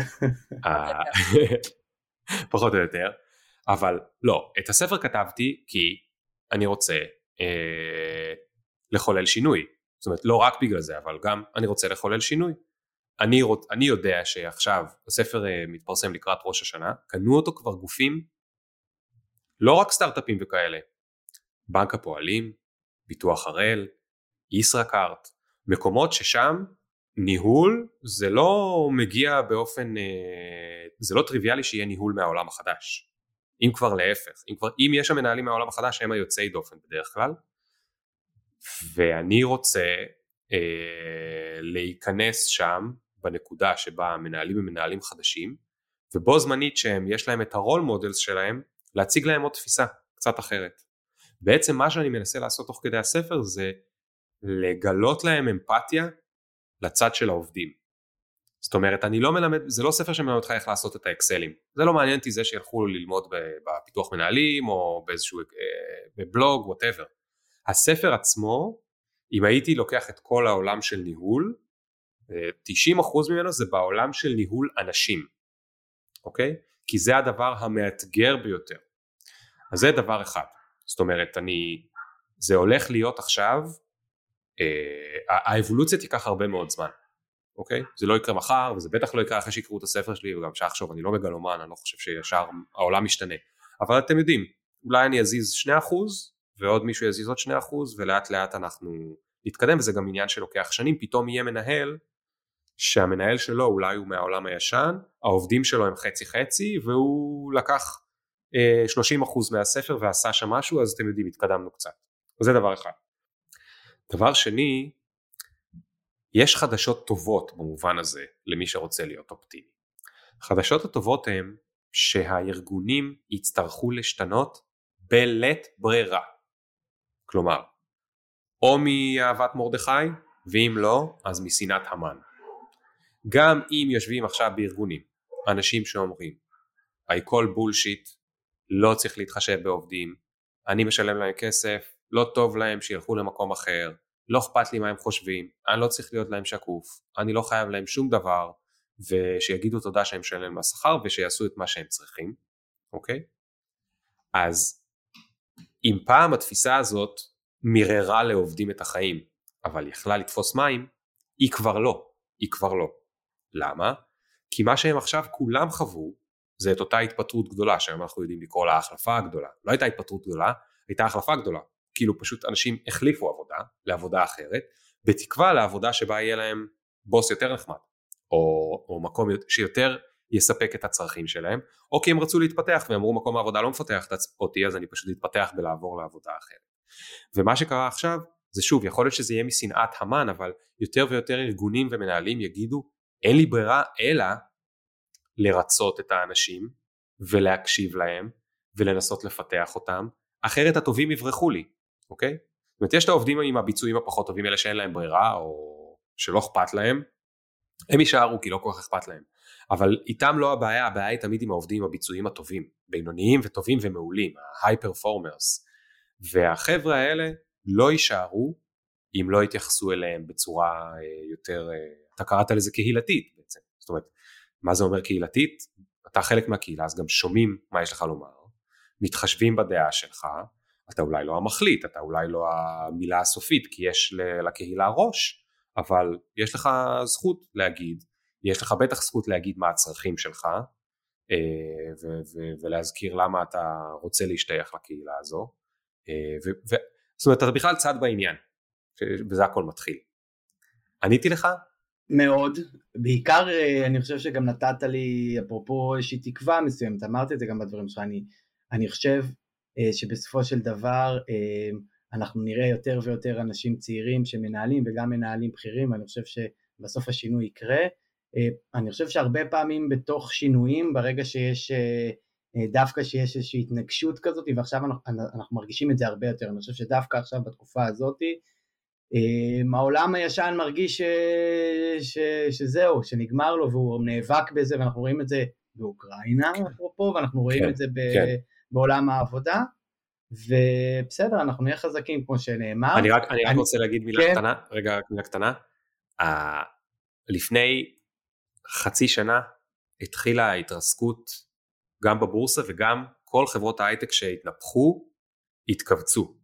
פחות או יותר, אבל לא, את הספר כתבתי כי אני רוצה אה, לחולל שינוי, זאת אומרת לא רק בגלל זה, אבל גם אני רוצה לחולל שינוי. אני, רוצ, אני יודע שעכשיו הספר אה, מתפרסם לקראת ראש השנה, קנו אותו כבר גופים, לא רק סטארט-אפים וכאלה, בנק הפועלים, ביטוח הראל, ישראכרט, מקומות ששם ניהול זה לא מגיע באופן, זה לא טריוויאלי שיהיה ניהול מהעולם החדש. אם כבר להפך, אם, כבר, אם יש המנהלים מהעולם החדש הם היוצאי דופן בדרך כלל, ואני רוצה אה, להיכנס שם בנקודה שבה המנהלים הם מנהלים חדשים, ובו זמנית שהם יש להם את הרול מודלס שלהם, להציג להם עוד תפיסה קצת אחרת. בעצם מה שאני מנסה לעשות תוך כדי הספר זה לגלות להם אמפתיה לצד של העובדים. זאת אומרת, אני לא מלמד, זה לא ספר שמלמד אותך איך לעשות את האקסלים. זה לא מעניין אותי זה שילכו ללמוד בפיתוח מנהלים או באיזשהו בבלוג, whatever. הספר עצמו, אם הייתי לוקח את כל העולם של ניהול, תשעים אחוז ממנו זה בעולם של ניהול אנשים. אוקיי? כי זה הדבר המאתגר ביותר. אז זה דבר אחד. זאת אומרת, אני, זה הולך להיות עכשיו, אה, האבולוציה תיקח הרבה מאוד זמן. אוקיי? זה לא יקרה מחר, וזה בטח לא יקרה אחרי שיקראו את הספר שלי, וגם שעכשיו אני לא מגלומן, אני לא חושב שישר העולם משתנה. אבל אתם יודעים, אולי אני אזיז שני אחוז, ועוד מישהו יזיז עוד שני אחוז, ולאט לאט אנחנו נתקדם, וזה גם עניין שלוקח שנים, פתאום יהיה מנהל, שהמנהל שלו אולי הוא מהעולם הישן, העובדים שלו הם חצי חצי, והוא לקח אה, שלושים אחוז מהספר ועשה שם משהו, אז אתם יודעים, התקדמנו קצת. וזה דבר אחד. דבר שני, יש חדשות טובות במובן הזה, למי שרוצה להיות אופטימי. החדשות הטובות הן, שהארגונים יצטרכו להשתנות בלית ברירה. כלומר, או מאהבת מרדכי, ואם לא, אז משנאת המן. גם אם יושבים עכשיו בארגונים, אנשים שאומרים, I call bullshit, לא צריך להתחשב בעובדים, אני משלם להם כסף, לא טוב להם שילכו למקום אחר, לא אכפת לי מה הם חושבים, אני לא צריך להיות להם שקוף, אני לא חייב להם שום דבר, ושיגידו תודה שהם משלם מהשכר, ושיעשו את מה שהם צריכים, אוקיי? אז אם פעם התפיסה הזאת מררה לעובדים את החיים, אבל יכלה לתפוס מים, היא כבר לא, היא כבר לא. למה? כי מה שהם עכשיו כולם חוו, זה את אותה התפטרות גדולה, שהיום אנחנו יודעים לקרוא לה ההחלפה הגדולה. לא הייתה התפטרות גדולה, הייתה החלפה גדולה. כאילו פשוט אנשים החליפו עבודה, לעבודה אחרת, בתקווה לעבודה שבה יהיה להם בוס יותר נחמד, או, או מקום שיותר יספק את הצרכים שלהם, או כי הם רצו להתפתח, ואמרו מקום העבודה לא מפתח אותי, אז אני פשוט להתפתח בלעבור לעבודה אחרת. ומה שקרה עכשיו, זה שוב, יכול להיות שזה יהיה משנאת המן, אבל יותר ויותר ארגונים ומנהלים יגידו, אין לי ברירה אלא לרצות את האנשים, ולהקשיב להם, ולנסות לפתח אותם, אחרת הטובים יברחו לי, אוקיי? זאת אומרת, יש את העובדים עם הביצועים הפחות טובים, אלה שאין להם ברירה, או שלא אכפת להם, הם יישארו כי לא כל כך אכפת להם. אבל איתם לא הבעיה, הבעיה היא תמיד עם העובדים עם הביצועים הטובים, בינוניים וטובים ומעולים, ה-high performers. והחבר'ה האלה לא יישארו, אם לא יתייחסו אליהם בצורה יותר, אתה קראת לזה קהילתית בעצם. זאת אומרת, מה זה אומר קהילתית? אתה חלק מהקהילה, אז גם שומעים מה יש לך לומר, מתחשבים בדעה שלך, אתה אולי לא המחליט, אתה אולי לא המילה הסופית, כי יש לקהילה ראש, אבל יש לך זכות להגיד, יש לך בטח זכות להגיד מה הצרכים שלך, ו- ו- ולהזכיר למה אתה רוצה להשתייך לקהילה הזו, ו- ו- זאת אומרת, אתה בכלל צד בעניין, וזה הכל מתחיל. עניתי לך? מאוד, בעיקר אני חושב שגם נתת לי, אפרופו איזושהי תקווה מסוימת, אמרתי את זה גם בדברים שלך, אני, אני חושב שבסופו של דבר אנחנו נראה יותר ויותר אנשים צעירים שמנהלים וגם מנהלים בכירים, אני חושב שבסוף השינוי יקרה, אני חושב שהרבה פעמים בתוך שינויים, ברגע שיש, דווקא שיש איזושהי התנגשות כזאת, ועכשיו אנחנו, אנחנו מרגישים את זה הרבה יותר, אני חושב שדווקא עכשיו בתקופה הזאת, העולם הישן מרגיש ש, ש, שזהו, שנגמר לו, והוא נאבק בזה, ואנחנו רואים את זה באוקראינה, אפרופו, ואנחנו רואים כן, את זה ב, כן. בעולם העבודה, ובסדר, אנחנו נהיה חזקים כמו שנאמר. אני רק, אני רק אני... רוצה להגיד מילה כן. קטנה, רגע, מילה קטנה, uh, לפני חצי שנה התחילה ההתרסקות גם בבורסה וגם כל חברות ההייטק שהתנפחו התכווצו,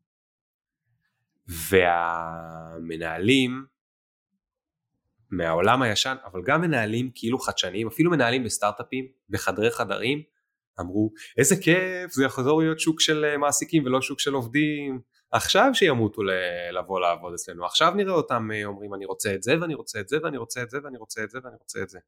והמנהלים מהעולם הישן, אבל גם מנהלים כאילו חדשניים, אפילו מנהלים בסטארט-אפים, בחדרי חדרים, אמרו, איזה כיף, זה יחזור להיות שוק של מעסיקים ולא שוק של עובדים, עכשיו שימותו לבוא לעבוד אצלנו, עכשיו נראה אותם אומרים אני רוצה את זה ואני רוצה את זה ואני רוצה את זה ואני רוצה את זה ואני רוצה את זה.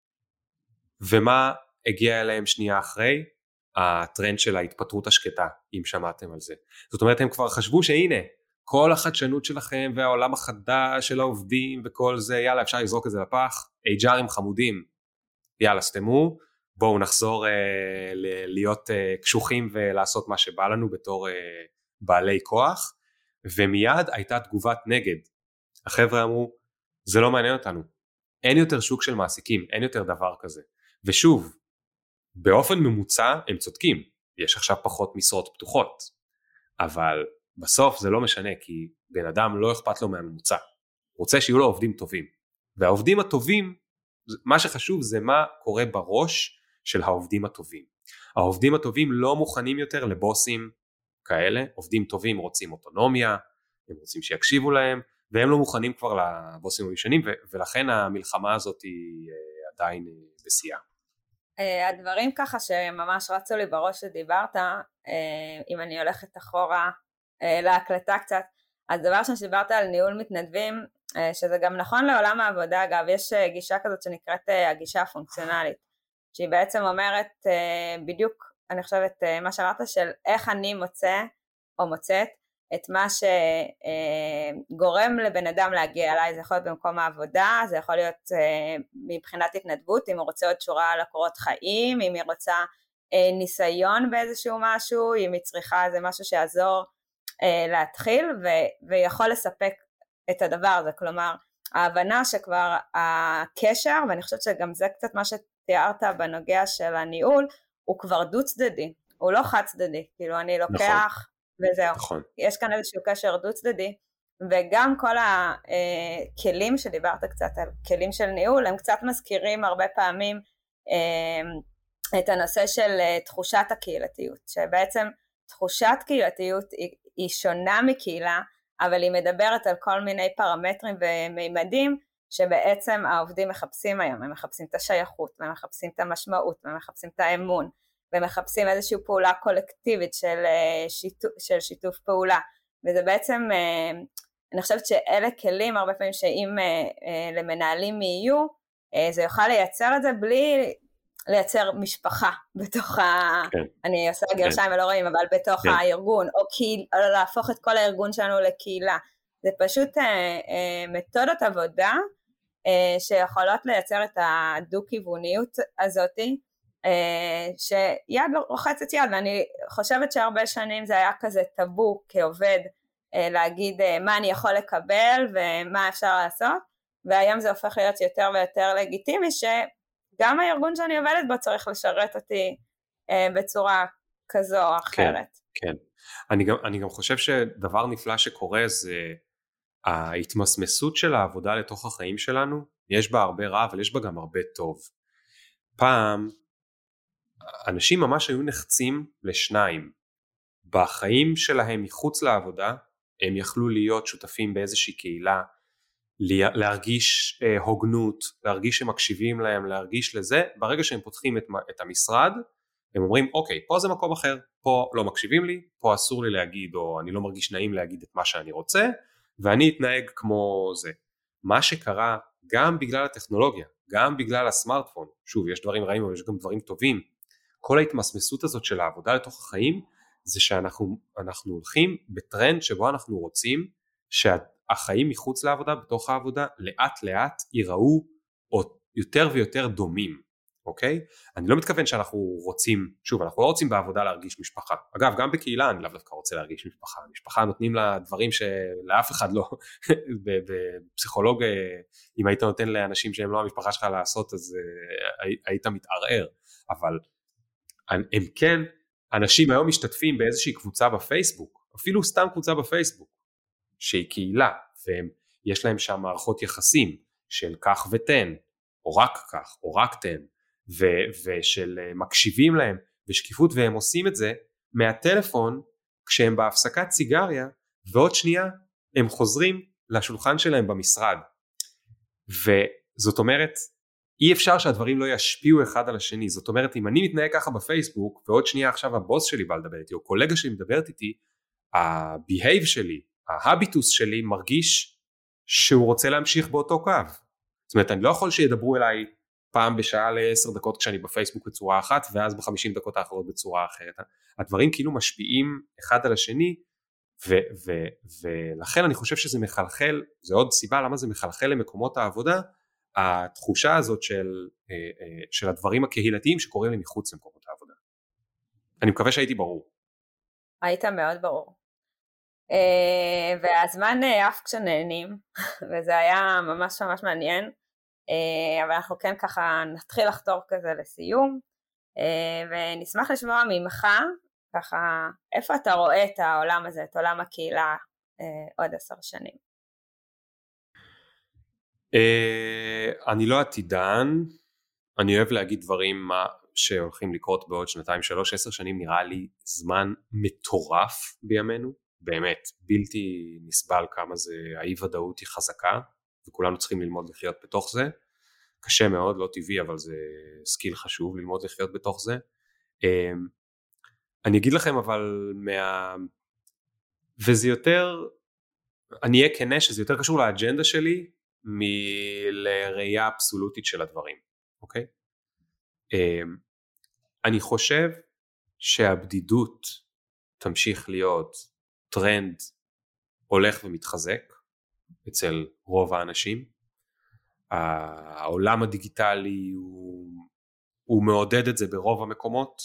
ומה הגיע אליהם שנייה אחרי? הטרנד של ההתפטרות השקטה, אם שמעתם על זה. זאת אומרת, הם כבר חשבו שהנה, כל החדשנות שלכם והעולם החדש של העובדים וכל זה, יאללה, אפשר לזרוק את זה לפח, אייץ' ארים חמודים, יאללה, סתמו, בואו נחזור אה, ל- להיות אה, קשוחים ולעשות מה שבא לנו בתור אה, בעלי כוח, ומיד הייתה תגובת נגד. החבר'ה אמרו, זה לא מעניין אותנו, אין יותר שוק של מעסיקים, אין יותר דבר כזה. ושוב, באופן ממוצע הם צודקים, יש עכשיו פחות משרות פתוחות, אבל בסוף זה לא משנה, כי בן אדם לא אכפת לו מהממוצע, רוצה שיהיו לו עובדים טובים, והעובדים הטובים, מה שחשוב זה מה קורה בראש של העובדים הטובים. העובדים הטובים לא מוכנים יותר לבוסים כאלה, עובדים טובים רוצים אוטונומיה, הם רוצים שיקשיבו להם, והם לא מוכנים כבר לבוסים הישנים, ולכן המלחמה הזאת היא עדיין בשיאה. הדברים ככה שממש רצו לי בראש שדיברת, אם אני הולכת אחורה להקלטה קצת, אז דבר שדיברת על ניהול מתנדבים, שזה גם נכון לעולם העבודה, אגב, יש גישה כזאת שנקראת הגישה הפונקציונלית, שהיא בעצם אומרת בדיוק, אני חושבת, מה שאמרת של איך אני מוצא או מוצאת את מה שגורם לבן אדם להגיע אליי. זה יכול להיות במקום העבודה, זה יכול להיות מבחינת התנדבות, אם הוא רוצה עוד שורה על הקורות חיים, אם היא רוצה ניסיון באיזשהו משהו, אם היא צריכה איזה משהו שיעזור להתחיל, ו- ויכול לספק את הדבר הזה. כלומר, ההבנה שכבר הקשר, ואני חושבת שגם זה קצת מה שתיארת בנוגע של הניהול, הוא כבר דו צדדי, הוא לא חד צדדי, כאילו אני לוקח נכון. וזהו, נכון. יש כאן איזשהו קשר דו צדדי, וגם כל הכלים שדיברת קצת על כלים של ניהול, הם קצת מזכירים הרבה פעמים את הנושא של תחושת הקהילתיות, שבעצם תחושת קהילתיות היא, היא שונה מקהילה, אבל היא מדברת על כל מיני פרמטרים ומימדים, שבעצם העובדים מחפשים היום, הם מחפשים את השייכות, הם מחפשים את המשמעות, הם מחפשים את האמון, ומחפשים איזושהי פעולה קולקטיבית של שיתוף, של שיתוף פעולה, וזה בעצם, אני חושבת שאלה כלים הרבה פעמים שאם למנהלים יהיו, זה יוכל לייצר את זה בלי לייצר משפחה בתוך ה... כן. אני עושה גרשיים כן. ולא רואים, אבל בתוך כן. הארגון, או קהיל, או להפוך את כל הארגון שלנו לקהילה. זה פשוט אה, אה, מתודות עבודה אה, שיכולות לייצר את הדו-כיווניות הזאת, אה, שיד רוחצת יד, ואני חושבת שהרבה שנים זה היה כזה טאבו כעובד, אה, להגיד אה, מה אני יכול לקבל ומה אפשר לעשות, והיום זה הופך להיות יותר ויותר לגיטימי, שגם הארגון שאני עובדת בו צריך לשרת אותי אה, בצורה כזו או אחרת. כן, כן. אני גם, אני גם חושב שדבר נפלא שקורה זה ההתמסמסות של העבודה לתוך החיים שלנו, יש בה הרבה רע, אבל יש בה גם הרבה טוב. פעם, אנשים ממש היו נחצים לשניים. בחיים שלהם מחוץ לעבודה, הם יכלו להיות שותפים באיזושהי קהילה, להרגיש אה, הוגנות, להרגיש שמקשיבים להם, להרגיש לזה. ברגע שהם פותחים את, את המשרד, הם אומרים, אוקיי, פה זה מקום אחר, פה לא מקשיבים לי, פה אסור לי להגיד, או אני לא מרגיש נעים להגיד את מה שאני רוצה, ואני אתנהג כמו זה. מה שקרה, גם בגלל הטכנולוגיה, גם בגלל הסמארטפון, שוב, יש דברים רעים, אבל יש גם דברים טובים, כל ההתמסמסות הזאת של העבודה לתוך החיים, זה שאנחנו אנחנו הולכים בטרנד שבו אנחנו רוצים, שהחיים מחוץ לעבודה, בתוך העבודה, לאט לאט ייראו יותר ויותר דומים. אוקיי? אני לא מתכוון שאנחנו רוצים, שוב, אנחנו לא רוצים בעבודה להרגיש משפחה. אגב, גם בקהילה אני לאו דווקא רוצה להרגיש משפחה. משפחה נותנים לה דברים שלאף אחד לא, בפסיכולוג, אם היית נותן לאנשים שהם לא המשפחה שלך לעשות, אז היית מתערער. אבל הם כן, אנשים היום משתתפים באיזושהי קבוצה בפייסבוק, אפילו סתם קבוצה בפייסבוק, שהיא קהילה, ויש להם שם מערכות יחסים של כך ותן, או רק כך, או רק תן, ו- ושל מקשיבים להם ושקיפות, והם עושים את זה מהטלפון כשהם בהפסקת סיגריה, ועוד שנייה הם חוזרים לשולחן שלהם במשרד. וזאת אומרת, אי אפשר שהדברים לא ישפיעו אחד על השני. זאת אומרת, אם אני מתנהג ככה בפייסבוק, ועוד שנייה עכשיו הבוס שלי בא לדבר איתי, או קולגה שלי מדברת איתי, ה-behave שלי, ההביטוס שלי מרגיש שהוא רוצה להמשיך באותו קו. זאת אומרת, אני לא יכול שידברו אליי פעם בשעה לעשר דקות כשאני בפייסבוק בצורה אחת, ואז בחמישים דקות האחרות בצורה אחרת. הדברים כאילו משפיעים אחד על השני, ו- ו- ולכן אני חושב שזה מחלחל, זה עוד סיבה למה זה מחלחל למקומות העבודה, התחושה הזאת של, של הדברים הקהילתיים שקורים לי מחוץ למקומות העבודה. אני מקווה שהייתי ברור. היית מאוד ברור. והזמן עף כשנהנים, וזה היה ממש ממש מעניין, אבל אנחנו כן ככה נתחיל לחתור כזה לסיום, ונשמח לשמוע ממך, ככה, איפה אתה רואה את העולם הזה, את עולם הקהילה עוד עשר שנים? אני לא עתידן, אני אוהב להגיד דברים שהולכים לקרות בעוד שנתיים, שלוש, עשר שנים, נראה לי זמן מטורף בימינו, באמת, בלתי נסבל כמה זה, האי ודאות היא חזקה, וכולנו צריכים ללמוד לחיות בתוך זה, קשה מאוד, לא טבעי, אבל זה סקיל חשוב ללמוד לחיות בתוך זה. אני אגיד לכם אבל, מה... וזה יותר, אני אהיה כנה שזה יותר קשור לאג'נדה שלי, מלראייה אבסולוטית של הדברים, אוקיי? אני חושב שהבדידות תמשיך להיות טרנד הולך ומתחזק אצל רוב האנשים. העולם הדיגיטלי הוא, הוא מעודד את זה ברוב המקומות.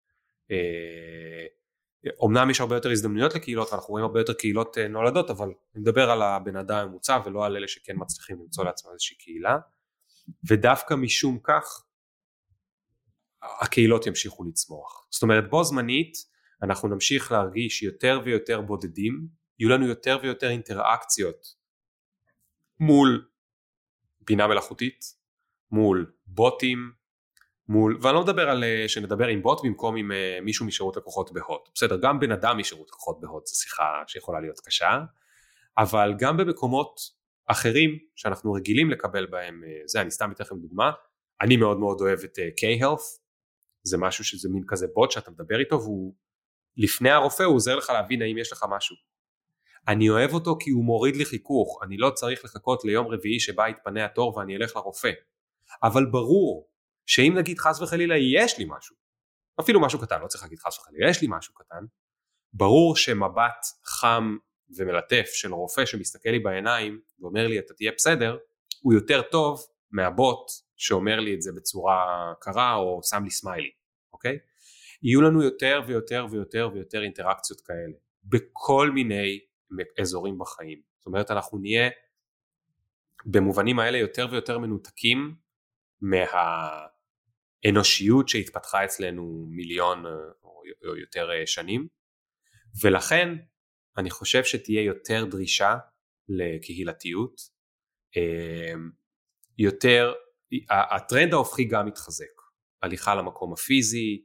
אומנם יש הרבה יותר הזדמנויות לקהילות, ואנחנו רואים הרבה יותר קהילות נולדות, אבל אני מדבר על הבן אדם הממוצע, ולא על אלה שכן מצליחים למצוא לעצמם איזושהי קהילה, ודווקא משום כך, הקהילות ימשיכו לצמוח. זאת אומרת, בו זמנית, אנחנו נמשיך להרגיש יותר ויותר בודדים, יהיו לנו יותר ויותר אינטראקציות, מול בינה מלאכותית, מול בוטים, מול, ואני לא מדבר על שנדבר עם בוט במקום עם מישהו משירות לקוחות בהוט. בסדר, גם בן אדם משירות לקוחות בהוט, זו שיחה שיכולה להיות קשה, אבל גם במקומות אחרים שאנחנו רגילים לקבל בהם, זה, אני סתם אתן לכם דוגמה, אני מאוד מאוד אוהב את K-Health, זה משהו שזה מין כזה בוט שאתה מדבר איתו, והוא לפני הרופא הוא עוזר לך להבין האם יש לך משהו. אני אוהב אותו כי הוא מוריד לי חיכוך, אני לא צריך לחכות ליום רביעי שבה יתפנה התור ואני אלך לרופא. אבל ברור שאם נגיד חס וחלילה יש לי משהו, אפילו משהו קטן, לא צריך להגיד חס וחלילה, יש לי משהו קטן, ברור שמבט חם ומלטף של רופא שמסתכל לי בעיניים ואומר לי אתה תהיה בסדר, הוא יותר טוב מהבוט שאומר לי את זה בצורה קרה או שם לי סמיילי, אוקיי? יהיו לנו יותר ויותר ויותר ויותר אינטראקציות כאלה, בכל מיני אזורים בחיים. זאת אומרת, אנחנו נהיה במובנים האלה יותר ויותר מנותקים מהאנושיות שהתפתחה אצלנו מיליון או יותר שנים, ולכן אני חושב שתהיה יותר דרישה לקהילתיות, יותר, הטרנד ההופכי גם מתחזק, הליכה למקום הפיזי,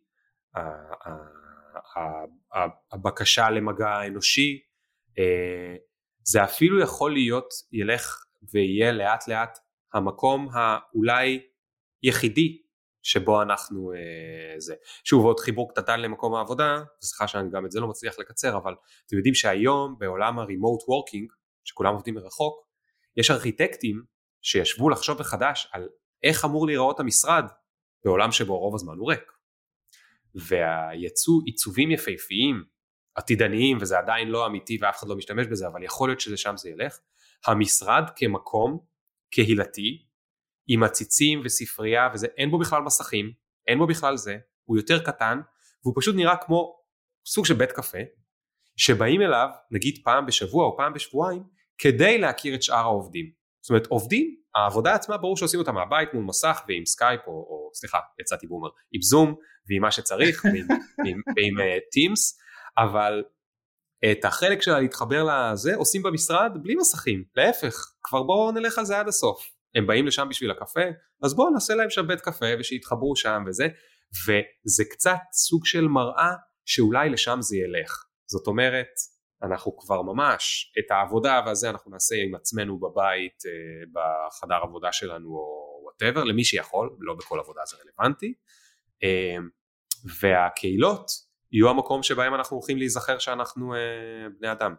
הבקשה למגע האנושי, זה אפילו יכול להיות, ילך ויהיה לאט לאט המקום האולי יחידי שבו אנחנו זה. שוב, עוד חיבור קטן למקום העבודה, סליחה שאני גם את זה לא מצליח לקצר, אבל אתם יודעים שהיום בעולם ה-remote working, שכולם עובדים מרחוק, יש ארכיטקטים שישבו לחשוב מחדש על איך אמור להיראות המשרד בעולם שבו רוב הזמן הוא ריק. והיצאו עיצובים יפהפיים, עתידניים, וזה עדיין לא אמיתי ואף אחד לא משתמש בזה, אבל יכול להיות שזה שם זה ילך. המשרד כמקום קהילתי, עם עציצים וספרייה, וזה, אין בו בכלל מסכים, אין בו בכלל זה, הוא יותר קטן, והוא פשוט נראה כמו סוג של בית קפה, שבאים אליו, נגיד פעם בשבוע או פעם בשבועיים, כדי להכיר את שאר העובדים. זאת אומרת, עובדים, העבודה עצמה ברור שעושים אותה מהבית מול מסך, ועם סקייפ, או, או סליחה, יצאתי בומר, עם זום, ועם מה שצריך, ועם, ועם, ועם uh, טימס, אבל את החלק שלה להתחבר לזה, עושים במשרד בלי מסכים, להפך, כבר בואו נלך על זה עד הסוף. הם באים לשם בשביל הקפה, אז בואו נעשה להם שם בית קפה, ושיתחברו שם וזה, וזה קצת סוג של מראה, שאולי לשם זה ילך. זאת אומרת, אנחנו כבר ממש, את העבודה והזה אנחנו נעשה עם עצמנו בבית, בחדר עבודה שלנו או whatever, למי שיכול, לא בכל עבודה זה רלוונטי, והקהילות יהיו המקום שבהם אנחנו הולכים להיזכר שאנחנו בני אדם.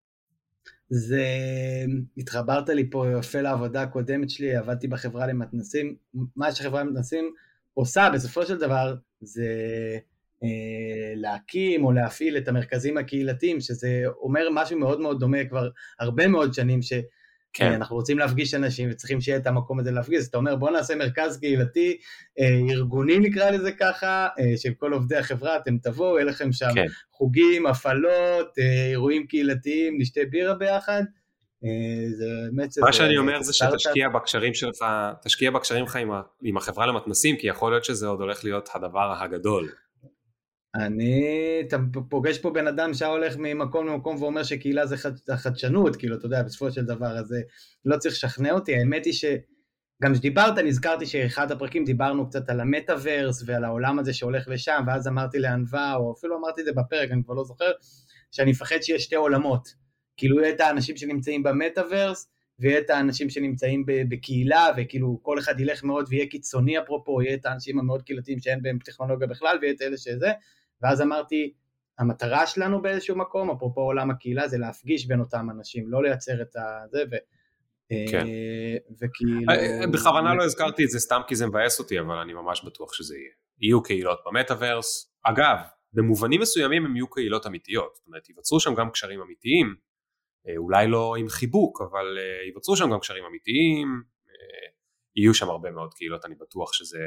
זה, התחברת לי פה יפה לעבודה הקודמת שלי, עבדתי בחברה למתנסים, מה שהחברה למתנסים עושה בסופו של דבר, זה אה, להקים או להפעיל את המרכזים הקהילתיים, שזה אומר משהו מאוד מאוד דומה כבר הרבה מאוד שנים, ש... כן. אנחנו רוצים להפגיש אנשים וצריכים שיהיה את המקום הזה להפגיש, אז אתה אומר בוא נעשה מרכז קהילתי, ארגוני נקרא לזה ככה, של כל עובדי החברה, אתם תבואו, יהיה לכם שם כן. חוגים, הפעלות, אירועים קהילתיים, נשתה בירה ביחד, זה באמת... מה שאני אומר זה שתשקיע בקשרים שלך, תשקיע בקשרים לך עם החברה למתנסים, כי יכול להיות שזה עוד הולך להיות הדבר הגדול. אני, אתה פוגש פה בן אדם שהולך ממקום למקום ואומר שקהילה זה חדשנות, כאילו, אתה יודע, בסופו של דבר, אז לא צריך לשכנע אותי, האמת היא שגם שדיברת, נזכרתי שאחד הפרקים דיברנו קצת על המטאברס ועל העולם הזה שהולך לשם, ואז אמרתי לענווה, או אפילו אמרתי את זה בפרק, אני כבר לא זוכר, שאני מפחד שיש שתי עולמות, כאילו יהיה את האנשים שנמצאים במטאברס, ויהיה את האנשים שנמצאים בקהילה, וכאילו כל אחד ילך מאוד ויהיה קיצוני אפרופו, יהיה את האנשים המאוד קהילתיים שאין בהם טכנולוגיה בכלל, ויהיה את אלה שזה, ואז אמרתי, המטרה שלנו באיזשהו מקום, אפרופו עולם הקהילה, זה להפגיש בין אותם אנשים, לא לייצר את זה, ו... כן. וכאילו... בכוונה לא הזכרתי את זה סתם כי זה מבאס אותי, אבל אני ממש בטוח שזה יהיה. יהיו קהילות במטאברס, אגב, במובנים מסוימים הם יהיו קהילות אמיתיות, זאת אומרת, ייווצרו שם גם קשרים אמיתיים, אולי לא עם חיבוק, אבל ייווצרו שם גם קשרים אמיתיים, יהיו שם הרבה מאוד קהילות, אני בטוח שזה,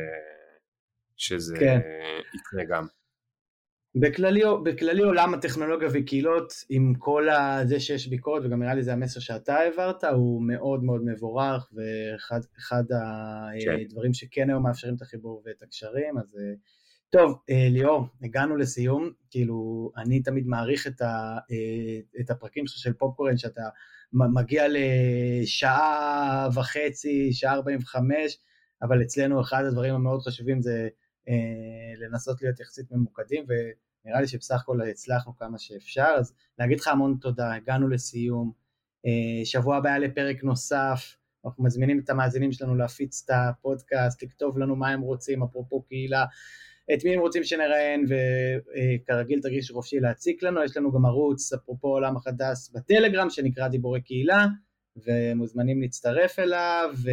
שזה כן. יקרה גם. בכללי, בכללי עולם הטכנולוגיה וקהילות, עם כל זה שיש ביקורת, וגם נראה לי זה המסר שאתה העברת, הוא מאוד מאוד מבורך, ואחד אחד הדברים שכן היום מאפשרים את החיבור ואת הקשרים, אז טוב, ליאור, הגענו לסיום, כאילו אני תמיד מעריך את, ה, את הפרקים של פופקורן, שאתה מגיע לשעה וחצי, שעה ארבעים וחמש, אבל אצלנו אחד הדברים המאוד חשובים זה לנסות להיות יחסית ממוקדים, ונראה לי שבסך הכל הצלחנו כמה שאפשר, אז להגיד לך המון תודה, הגענו לסיום, שבוע הבא היה לפרק נוסף, אנחנו מזמינים את המאזינים שלנו להפיץ את הפודקאסט, לכתוב לנו מה הם רוצים, אפרופו קהילה, את מי הם רוצים שנראיין, וכרגיל תרגיש חופשי להציק לנו, יש לנו גם ערוץ, אפרופו עולם החדש בטלגרם, שנקרא דיבורי קהילה, ומוזמנים להצטרף אליו, ו...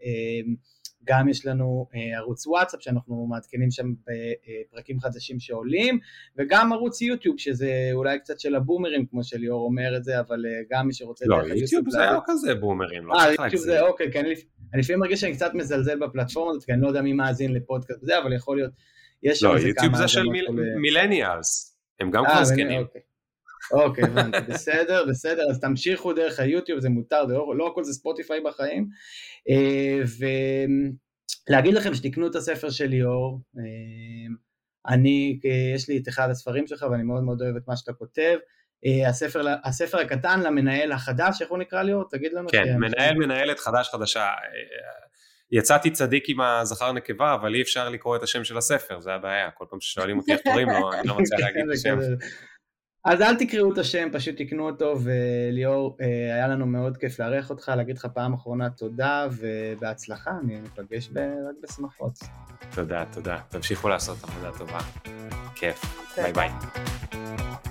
גם יש לנו ערוץ וואטסאפ שאנחנו מעדכנים שם בפרקים חדשים שעולים, וגם ערוץ יוטיוב שזה אולי קצת של הבומרים כמו שליאור אומר את זה, אבל גם מי שרוצה... לא, יוטיוב זה לא כזה בומרים, לא צריך להגזים. זה אוקיי, כי אני לפעמים מרגיש שאני קצת מזלזל בפלטפורמה הזאת, כי אני לא יודע מי מאזין לפודקאסט בזה, אבל יכול להיות... לא, יוטיוב זה של מילניאלס, הם גם כבר זקנים. אוקיי, הבנתי, בסדר, בסדר, אז תמשיכו דרך היוטיוב, זה מותר, לא הכל זה ספוטיפיי בחיים, ולהגיד לכם שתקנו את הספר של ליאור, אני, יש לי את אחד הספרים שלך, ואני מאוד מאוד אוהב את מה שאתה כותב, הספר, הספר הקטן למנהל החדש, איך הוא נקרא ליאור? תגיד לנו. כן, מנהל מנהלת חדש חדשה, יצאתי צדיק עם הזכר נקבה, אבל אי אפשר לקרוא את השם של הספר, זה הבעיה, כל פעם ששואלים אותי איך קוראים לו, אני לא מצא להגיד את השם. אז אל תקראו את השם, פשוט תקנו אותו, וליאור, היה לנו מאוד כיף לארח אותך, להגיד לך פעם אחרונה תודה, ובהצלחה, אני נפגש רק בשמחות. תודה, תודה, תמשיכו לעשות עבודה טובה, כיף, ביי ביי.